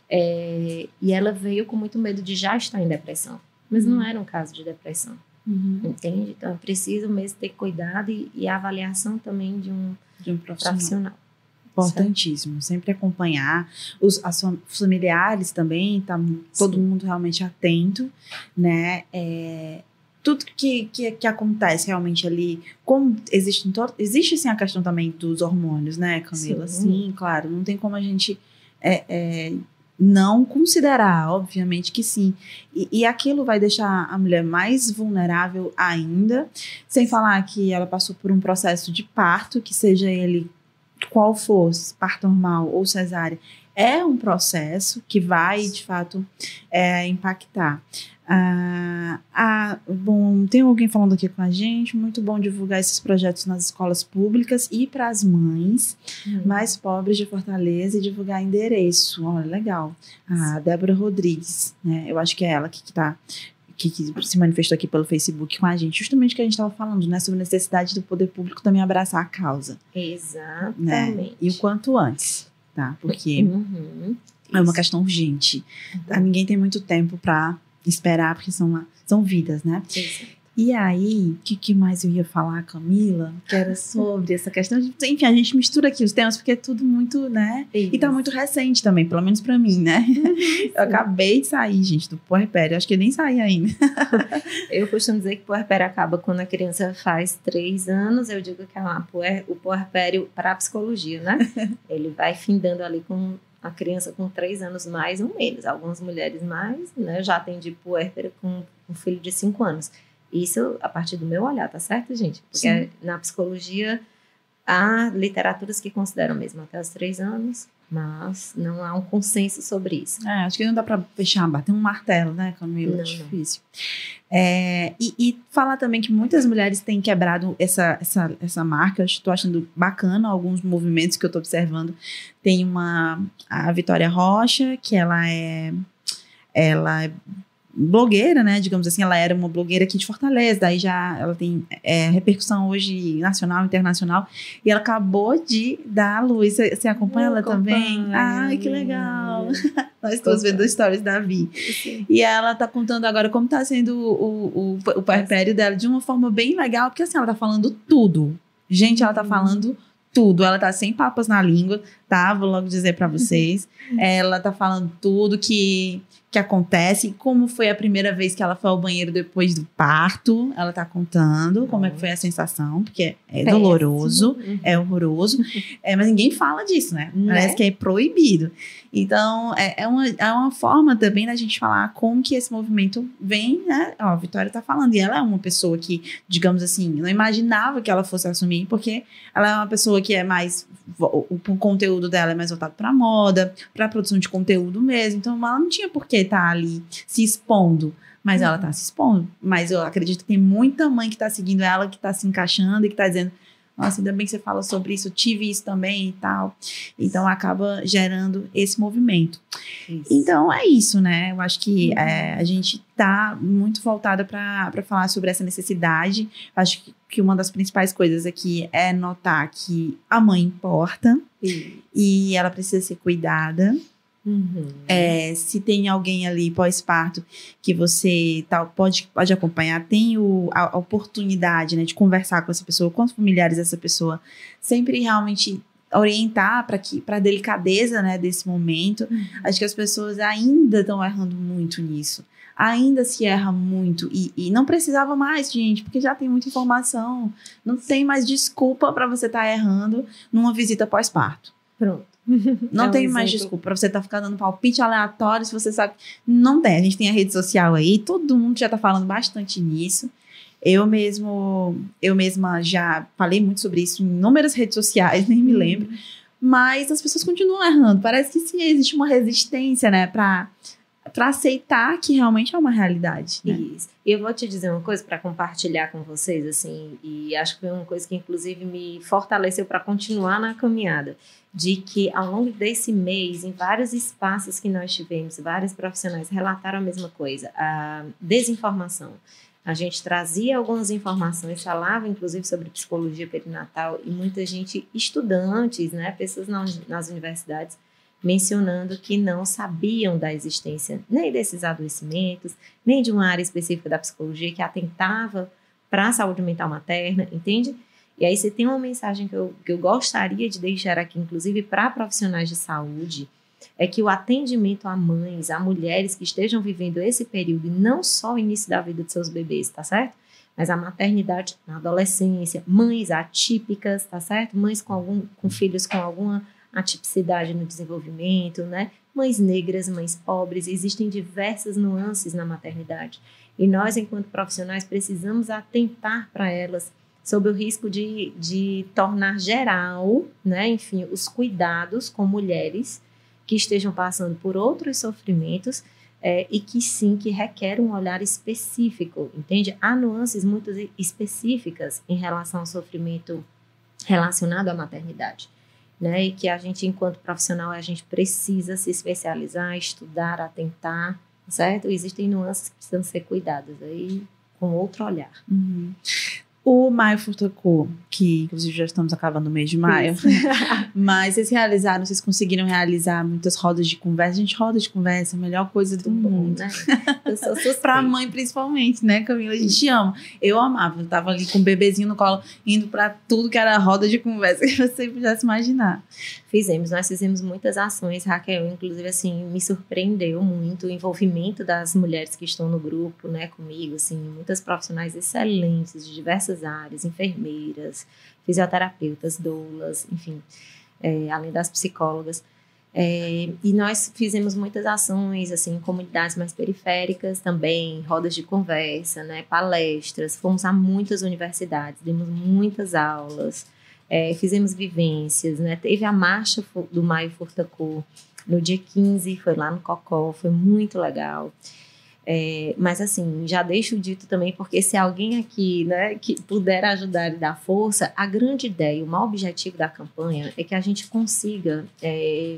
É, e ela veio com muito medo de já estar em depressão. Mas uhum. não era um caso de depressão, uhum. entende? Então, é preciso mesmo ter cuidado e, e a avaliação também de um, de um profissional. profissional. Importantíssimo, certo? Sempre acompanhar. Os, as, os familiares também, tá todo Sim. mundo realmente atento, né? É, tudo que, que, que acontece realmente ali, como existe, existe sim a questão também dos hormônios, né, Camila? Sim, Sim claro, não tem como a gente... É, é, não considerar, obviamente que sim. E, e aquilo vai deixar a mulher mais vulnerável ainda, sem falar que ela passou por um processo de parto, que seja ele qual for, parto normal ou cesárea, é um processo que vai, de fato, é, impactar. Ah, ah, bom, tem alguém falando aqui com a gente, muito bom divulgar esses projetos nas escolas públicas e para as mães hum. mais pobres de Fortaleza e divulgar endereço. Olha, legal. A Débora Rodrigues, né? Eu acho que é ela que está que, que se manifestou aqui pelo Facebook com a gente, justamente o que a gente estava falando, né, sobre a necessidade do poder público também abraçar a causa. Exatamente. Né? E o quanto antes, tá? Porque uhum. é uma questão urgente. Uhum. Ninguém tem muito tempo para esperar, porque são, são vidas, né? Exato. E aí, o que, que mais eu ia falar, Camila? Que era sobre essa questão de... Enfim, a gente mistura aqui os temas, porque é tudo muito, né? Isso. E tá muito recente também, pelo menos pra mim, né? Uhum, eu acabei de sair, gente, do puerpério. Acho que eu nem saí ainda. Eu costumo dizer que o puerpério acaba quando a criança faz três anos. Eu digo que é uma, puer, o puerpério para a psicologia, né? Ele vai findando ali com... a criança com três anos mais ou menos. Algumas mulheres mais, né? Eu já atendi puérpera com um filho de cinco anos. Isso a partir do meu olhar, tá certo, gente? Porque Sim. na psicologia há literaturas que consideram mesmo até os três anos, mas não há um consenso sobre isso. É, acho que não dá pra fechar, bater um martelo, né, Camila? Não, é difícil. É, e, e falar também que muitas mulheres têm quebrado essa, essa, essa marca. Eu estou achando bacana alguns movimentos que eu estou observando. Tem uma, a Vitória Rocha, que ela é, ela é blogueira, né, digamos assim, ela era uma blogueira aqui de Fortaleza, daí já ela tem é, repercussão hoje nacional, internacional, e ela acabou de dar a luz. Você, você acompanha Eu ela acompanho, também? Ai, que legal! Nós estamos vendo stories da Vi. Sim. E ela tá contando agora como tá sendo o, o, o puerpério dela de uma forma bem legal, porque assim, ela tá falando tudo. Gente, ela tá falando tudo, ela tá sem papas na língua, tá? Vou logo dizer pra vocês. Ela tá falando tudo que... que acontece, como foi a primeira vez que ela foi ao banheiro depois do parto, ela tá contando como é que foi a sensação, porque é Péssimo. doloroso, uhum. é horroroso, é, mas ninguém fala disso, né? né? Parece que é proibido. Então, é, é, uma, é uma forma também da gente falar como que esse movimento vem, né? Ó, a Vitória tá falando, e ela é uma pessoa que, digamos assim, não imaginava que ela fosse assumir, porque ela é uma pessoa que é mais, o, o conteúdo dela é mais voltado pra moda, pra produção de conteúdo mesmo, então ela não tinha por que tá ali se expondo, mas uhum. ela tá se expondo, mas eu acredito que tem muita mãe que tá seguindo ela, que tá se encaixando e que tá dizendo, nossa, ainda bem que você fala sobre isso, eu tive isso também e tal, então acaba gerando esse movimento. Isso. Então é isso, né, eu acho que uhum. é, a gente tá muito voltada para falar sobre essa necessidade. Acho que, que uma das principais coisas aqui é notar que a mãe importa Isso. e ela precisa ser cuidada. Uhum. É, se tem alguém ali pós-parto que você tal, pode, pode acompanhar, tem o, a, a oportunidade, né, de conversar com essa pessoa, com os familiares dessa pessoa, sempre realmente orientar para a delicadeza, né, desse momento. Uhum. Acho que as pessoas ainda estão errando muito nisso, ainda se erra muito e, e não precisava mais, gente, porque já tem muita informação, não tem mais desculpa para você estar tá errando numa visita pós-parto. Pronto. Não é um tem exemplo. mais desculpa pra você estar tá ficando dando palpite aleatório, se você sabe. Não tem. A gente tem a rede social aí, todo mundo já tá falando bastante nisso. Eu mesmo, eu mesma já falei muito sobre isso em inúmeras redes sociais, nem me lembro. Hum. Mas as pessoas continuam errando. Parece que sim, existe uma resistência, né, pra, pra aceitar que realmente é uma realidade. Né? Isso. E eu vou te dizer uma coisa para compartilhar com vocês, assim, e acho que foi uma coisa que, inclusive, me fortaleceu para continuar na caminhada. De que ao longo desse mês, em vários espaços que nós tivemos, vários profissionais relataram a mesma coisa, a desinformação. A gente trazia algumas informações, falava inclusive sobre psicologia perinatal e muita gente, estudantes, né, pessoas nas, nas universidades, mencionando que não sabiam da existência nem desses adoecimentos, nem de uma área específica da psicologia que atentava para a saúde mental materna, entende? E aí você tem uma mensagem que eu, que eu gostaria de deixar aqui, inclusive para profissionais de saúde, é que o atendimento a mães, a mulheres que estejam vivendo esse período, e não só o início da vida de seus bebês, tá certo? Mas a maternidade na adolescência, mães atípicas, tá certo? Mães com, algum, com filhos com alguma a tipicidade no desenvolvimento, né? Mães negras, mães pobres, existem diversas nuances na maternidade. E nós, enquanto profissionais, precisamos atentar para elas sob o risco de, de tornar geral, né? Enfim, os cuidados com mulheres que estejam passando por outros sofrimentos é, e que sim, que requerem um olhar específico, entende? Há nuances muito específicas em relação ao sofrimento relacionado à maternidade, né? E que a gente, enquanto profissional, a gente precisa se especializar, estudar, atentar, certo? Existem nuances que precisam ser cuidadas aí com outro olhar. Uhum. O Maio Furtacô, que inclusive já estamos acabando o mês de maio, mas vocês realizaram, vocês conseguiram realizar muitas rodas de conversa. Gente, roda de conversa é a melhor coisa do Muito mundo. bom, né? Eu sou suspeita. Pra mãe, principalmente, né, Camila? A gente ama. Eu amava, eu tava ali com o bebezinho no colo, indo pra tudo que era roda de conversa que você pudesse imaginar. Fizemos, nós fizemos muitas ações, Raquel, inclusive, assim, me surpreendeu muito o envolvimento das mulheres que estão no grupo, né, comigo, assim, muitas profissionais excelentes de diversas áreas, enfermeiras, fisioterapeutas, doulas, enfim, é, além das psicólogas. É, e nós fizemos muitas ações, assim, em comunidades mais periféricas também, rodas de conversa, né, palestras, fomos a muitas universidades, demos muitas aulas, é, fizemos vivências, né, teve a marcha do Maio Furtacô no dia quinze, foi lá no Cocó, foi muito legal. É, mas assim, já deixo dito também, porque se alguém aqui, né, que puder ajudar e dar força, a grande ideia, o maior objetivo da campanha é que a gente consiga é,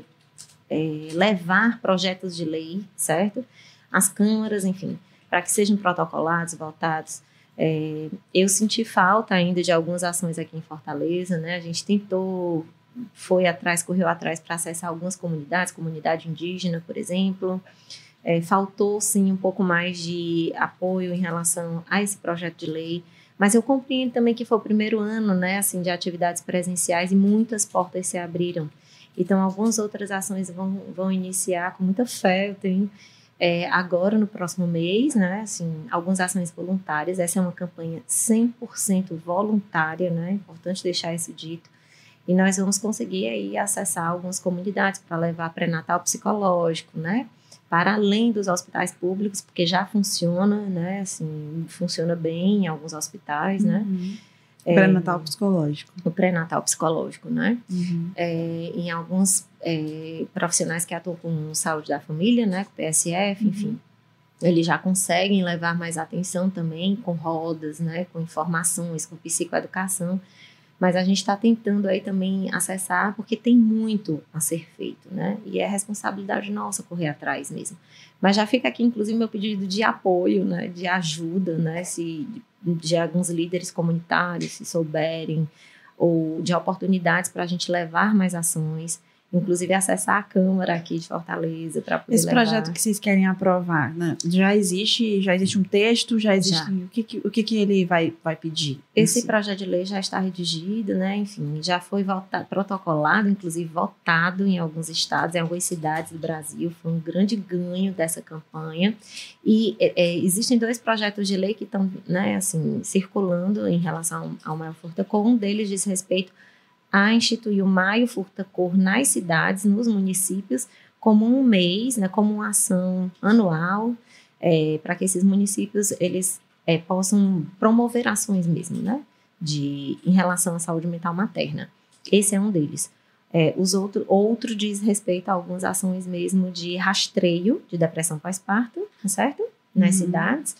é, levar projetos de lei, certo? As câmaras, enfim, para que sejam protocolados, votados. É, eu senti falta ainda de algumas ações aqui em Fortaleza, né? A gente tentou, foi atrás, correu atrás para acessar algumas comunidades, comunidade indígena, por exemplo. É, faltou, sim, um pouco mais de apoio em relação a esse projeto de lei, mas eu compreendo também que foi o primeiro ano, né, assim, de atividades presenciais e muitas portas se abriram. Então, algumas outras ações vão, vão iniciar com muita fé, eu tenho, é, agora no próximo mês, né, assim, algumas ações voluntárias. Essa é uma campanha cem por cento voluntária, né, importante deixar isso dito. E nós vamos conseguir aí acessar algumas comunidades para levar pré-natal psicológico, né, para além dos hospitais públicos, porque já funciona, né, assim, funciona bem em alguns hospitais, uhum. né. O pré-natal é, psicológico. O pré-natal psicológico, né. Uhum. É, em alguns é, profissionais que atuam com saúde da família, né, com P S F, uhum. enfim, eles já conseguem levar mais atenção também com rodas, né, com informações, com psicoeducação. Mas a gente está tentando aí também acessar, porque tem muito a ser feito, né? E é responsabilidade nossa correr atrás mesmo. Mas já fica aqui, inclusive, meu pedido de apoio, né? De ajuda, né? Se, de alguns líderes comunitários, se souberem, ou de oportunidades para a gente levar mais ações, inclusive acessar a Câmara aqui de Fortaleza para poder Esse levar. projeto que vocês querem aprovar, né? Já existe, já existe um texto, já existe. Já. O, que, que, o que, que ele vai, vai pedir? Esse si? projeto de lei já está redigido, né? Enfim, já foi votado, protocolado, inclusive votado em alguns estados, em algumas cidades do Brasil. Foi um grande ganho dessa campanha. E é, existem dois projetos de lei que estão, né, assim, circulando em relação ao Maio Furtacô. Um deles diz respeito a instituir o Maio Furtacô nas cidades, nos municípios, como um mês, né, como uma ação anual, é, para que esses municípios eles, é, possam promover ações mesmo, né, de, em relação à saúde mental materna. Esse é um deles. É, os outro, outro diz respeito a algumas ações mesmo de rastreio de depressão pós-parto, certo? Nas uhum. cidades,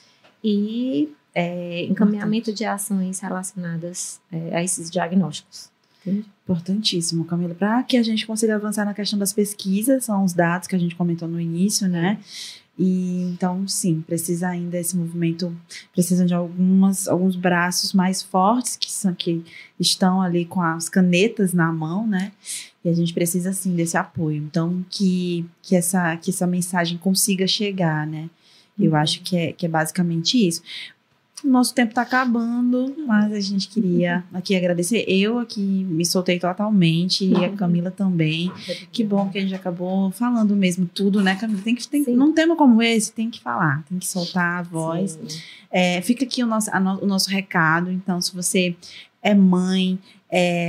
e é, encaminhamento de ações relacionadas é, a esses diagnósticos. Importantíssimo, Camila, para que a gente consiga avançar na questão das pesquisas, são os dados que a gente comentou no início, né? E então, sim, precisa ainda esse movimento, precisa de algumas, alguns braços mais fortes que, são, que estão ali com as canetas na mão, né? E a gente precisa, sim, desse apoio. Então, que, que, essa, que essa mensagem consiga chegar, né? Eu uhum. acho que é, que é basicamente isso. O nosso tempo está acabando, mas a gente queria aqui agradecer. Eu aqui me soltei totalmente e a Camila também. Que bom que a gente acabou falando mesmo tudo, né, Camila? Tem que, tem, num tema como esse, tem que falar, tem que soltar a voz. É, fica aqui o nosso, a no, o nosso recado. Então, se você é mãe, é,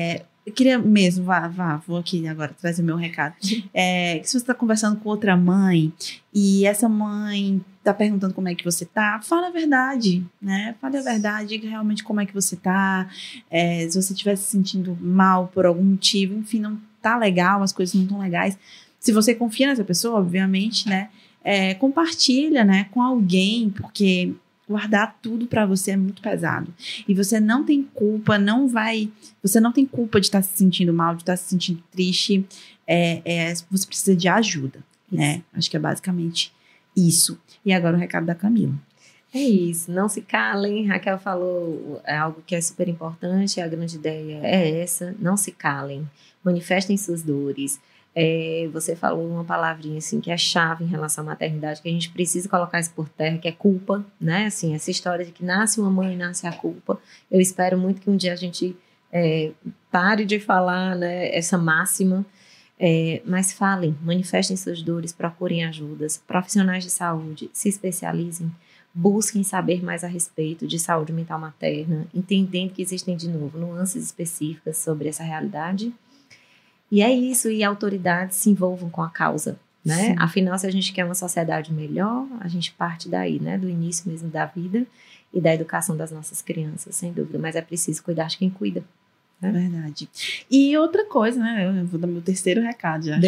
eu queria mesmo, vá, vá, vou aqui agora trazer o meu recado. É, que se você está conversando com outra mãe e essa mãe tá perguntando como é que você tá, fala a verdade, né? Fale a verdade, diga realmente como é que você tá. É, se você estiver se sentindo mal por algum motivo, enfim, não tá legal, as coisas não estão legais. Se você confia nessa pessoa, obviamente, né? É, compartilha, né, com alguém, porque guardar tudo pra você é muito pesado. E você não tem culpa, não vai... Você não tem culpa de estar se sentindo mal, de estar se sentindo triste. É, é, você precisa de ajuda, isso. Né? Acho que é basicamente isso. E agora o recado da Camila. É isso, não se calem. Raquel falou é algo que é super importante, a grande ideia é essa, não se calem, manifestem suas dores. É, você falou uma palavrinha assim que é chave em relação à maternidade, que a gente precisa colocar isso por terra, que é culpa, né? Assim, essa história de que nasce uma mãe, nasce a culpa. Eu espero muito que um dia a gente é, pare de falar, né, essa máxima, é, mas falem, manifestem suas dores, procurem ajudas, profissionais de saúde, se especializem, busquem saber mais a respeito de saúde mental materna, entendendo que existem, de novo, nuances específicas sobre essa realidade. E é isso, e autoridades se envolvam com a causa, né? Sim. Afinal, se a gente quer uma sociedade melhor, a gente parte daí, né? Do início mesmo da vida e da educação das nossas crianças, sem dúvida. Mas é preciso cuidar de quem cuida. É verdade. E outra coisa, né? Eu vou dar meu terceiro recado já.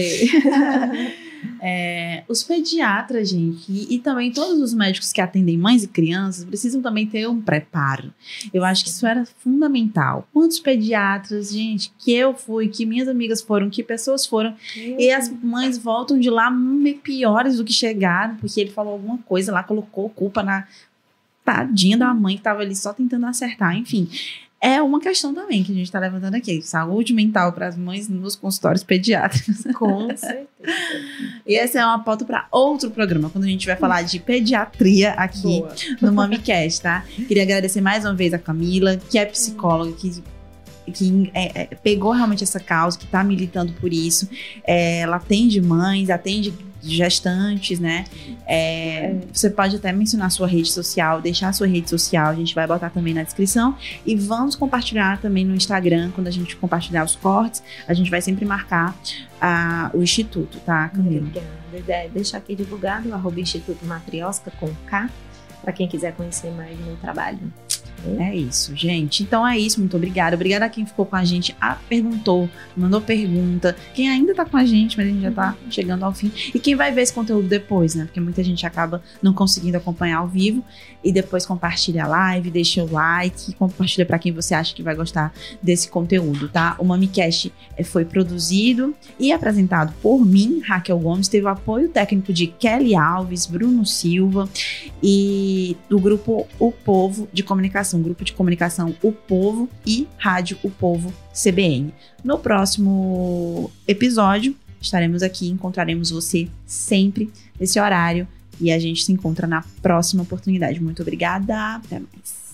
é, os pediatras, gente, e, e também todos os médicos que atendem mães e crianças precisam também ter um preparo. Eu acho que isso era fundamental. Quantos pediatras, gente, que eu fui, que minhas amigas foram, que pessoas foram, uhum. E as mães voltam de lá piores do que chegaram, porque ele falou alguma coisa lá, colocou culpa na tadinha da mãe que estava ali só tentando acertar, enfim. É uma questão também que a gente está levantando aqui. Saúde mental para as mães nos consultórios pediátricos. Com certeza. E essa é uma pauta para outro programa, quando a gente vai falar de pediatria aqui Boa. No MamiCast, tá? Queria agradecer mais uma vez a Camila, que é psicóloga, que, que é, é, pegou realmente essa causa, que está militando por isso. É, ela atende mães, atende gestantes, né? É, você pode até mencionar a sua rede social, deixar a sua rede social, a gente vai botar também na descrição, e vamos compartilhar também no Instagram, quando a gente compartilhar os cortes, a gente vai sempre marcar a, o Instituto, tá, Camila? Obrigada. Deixar aqui divulgado, arroba Instituto Matriosca com K, para quem quiser conhecer mais do meu trabalho. É isso, gente. Então é isso, muito obrigada. Obrigada a quem ficou com a gente, a, perguntou, mandou pergunta. Quem ainda tá com a gente, mas a gente já tá chegando ao fim. E quem vai ver esse conteúdo depois, né? Porque muita gente acaba não conseguindo acompanhar ao vivo. E depois compartilha a live, deixa o like, compartilha pra quem você acha que vai gostar desse conteúdo, tá? O MamiCast foi produzido e apresentado por mim, Raquel Gomes. Teve o apoio técnico de Kelly Alves, Bruno Silva e do grupo O Povo de Comunicação. Um grupo de comunicação O Povo e Rádio O Povo C B N. No próximo episódio estaremos aqui, encontraremos você sempre nesse horário e a gente se encontra na próxima oportunidade. Muito obrigada, até mais.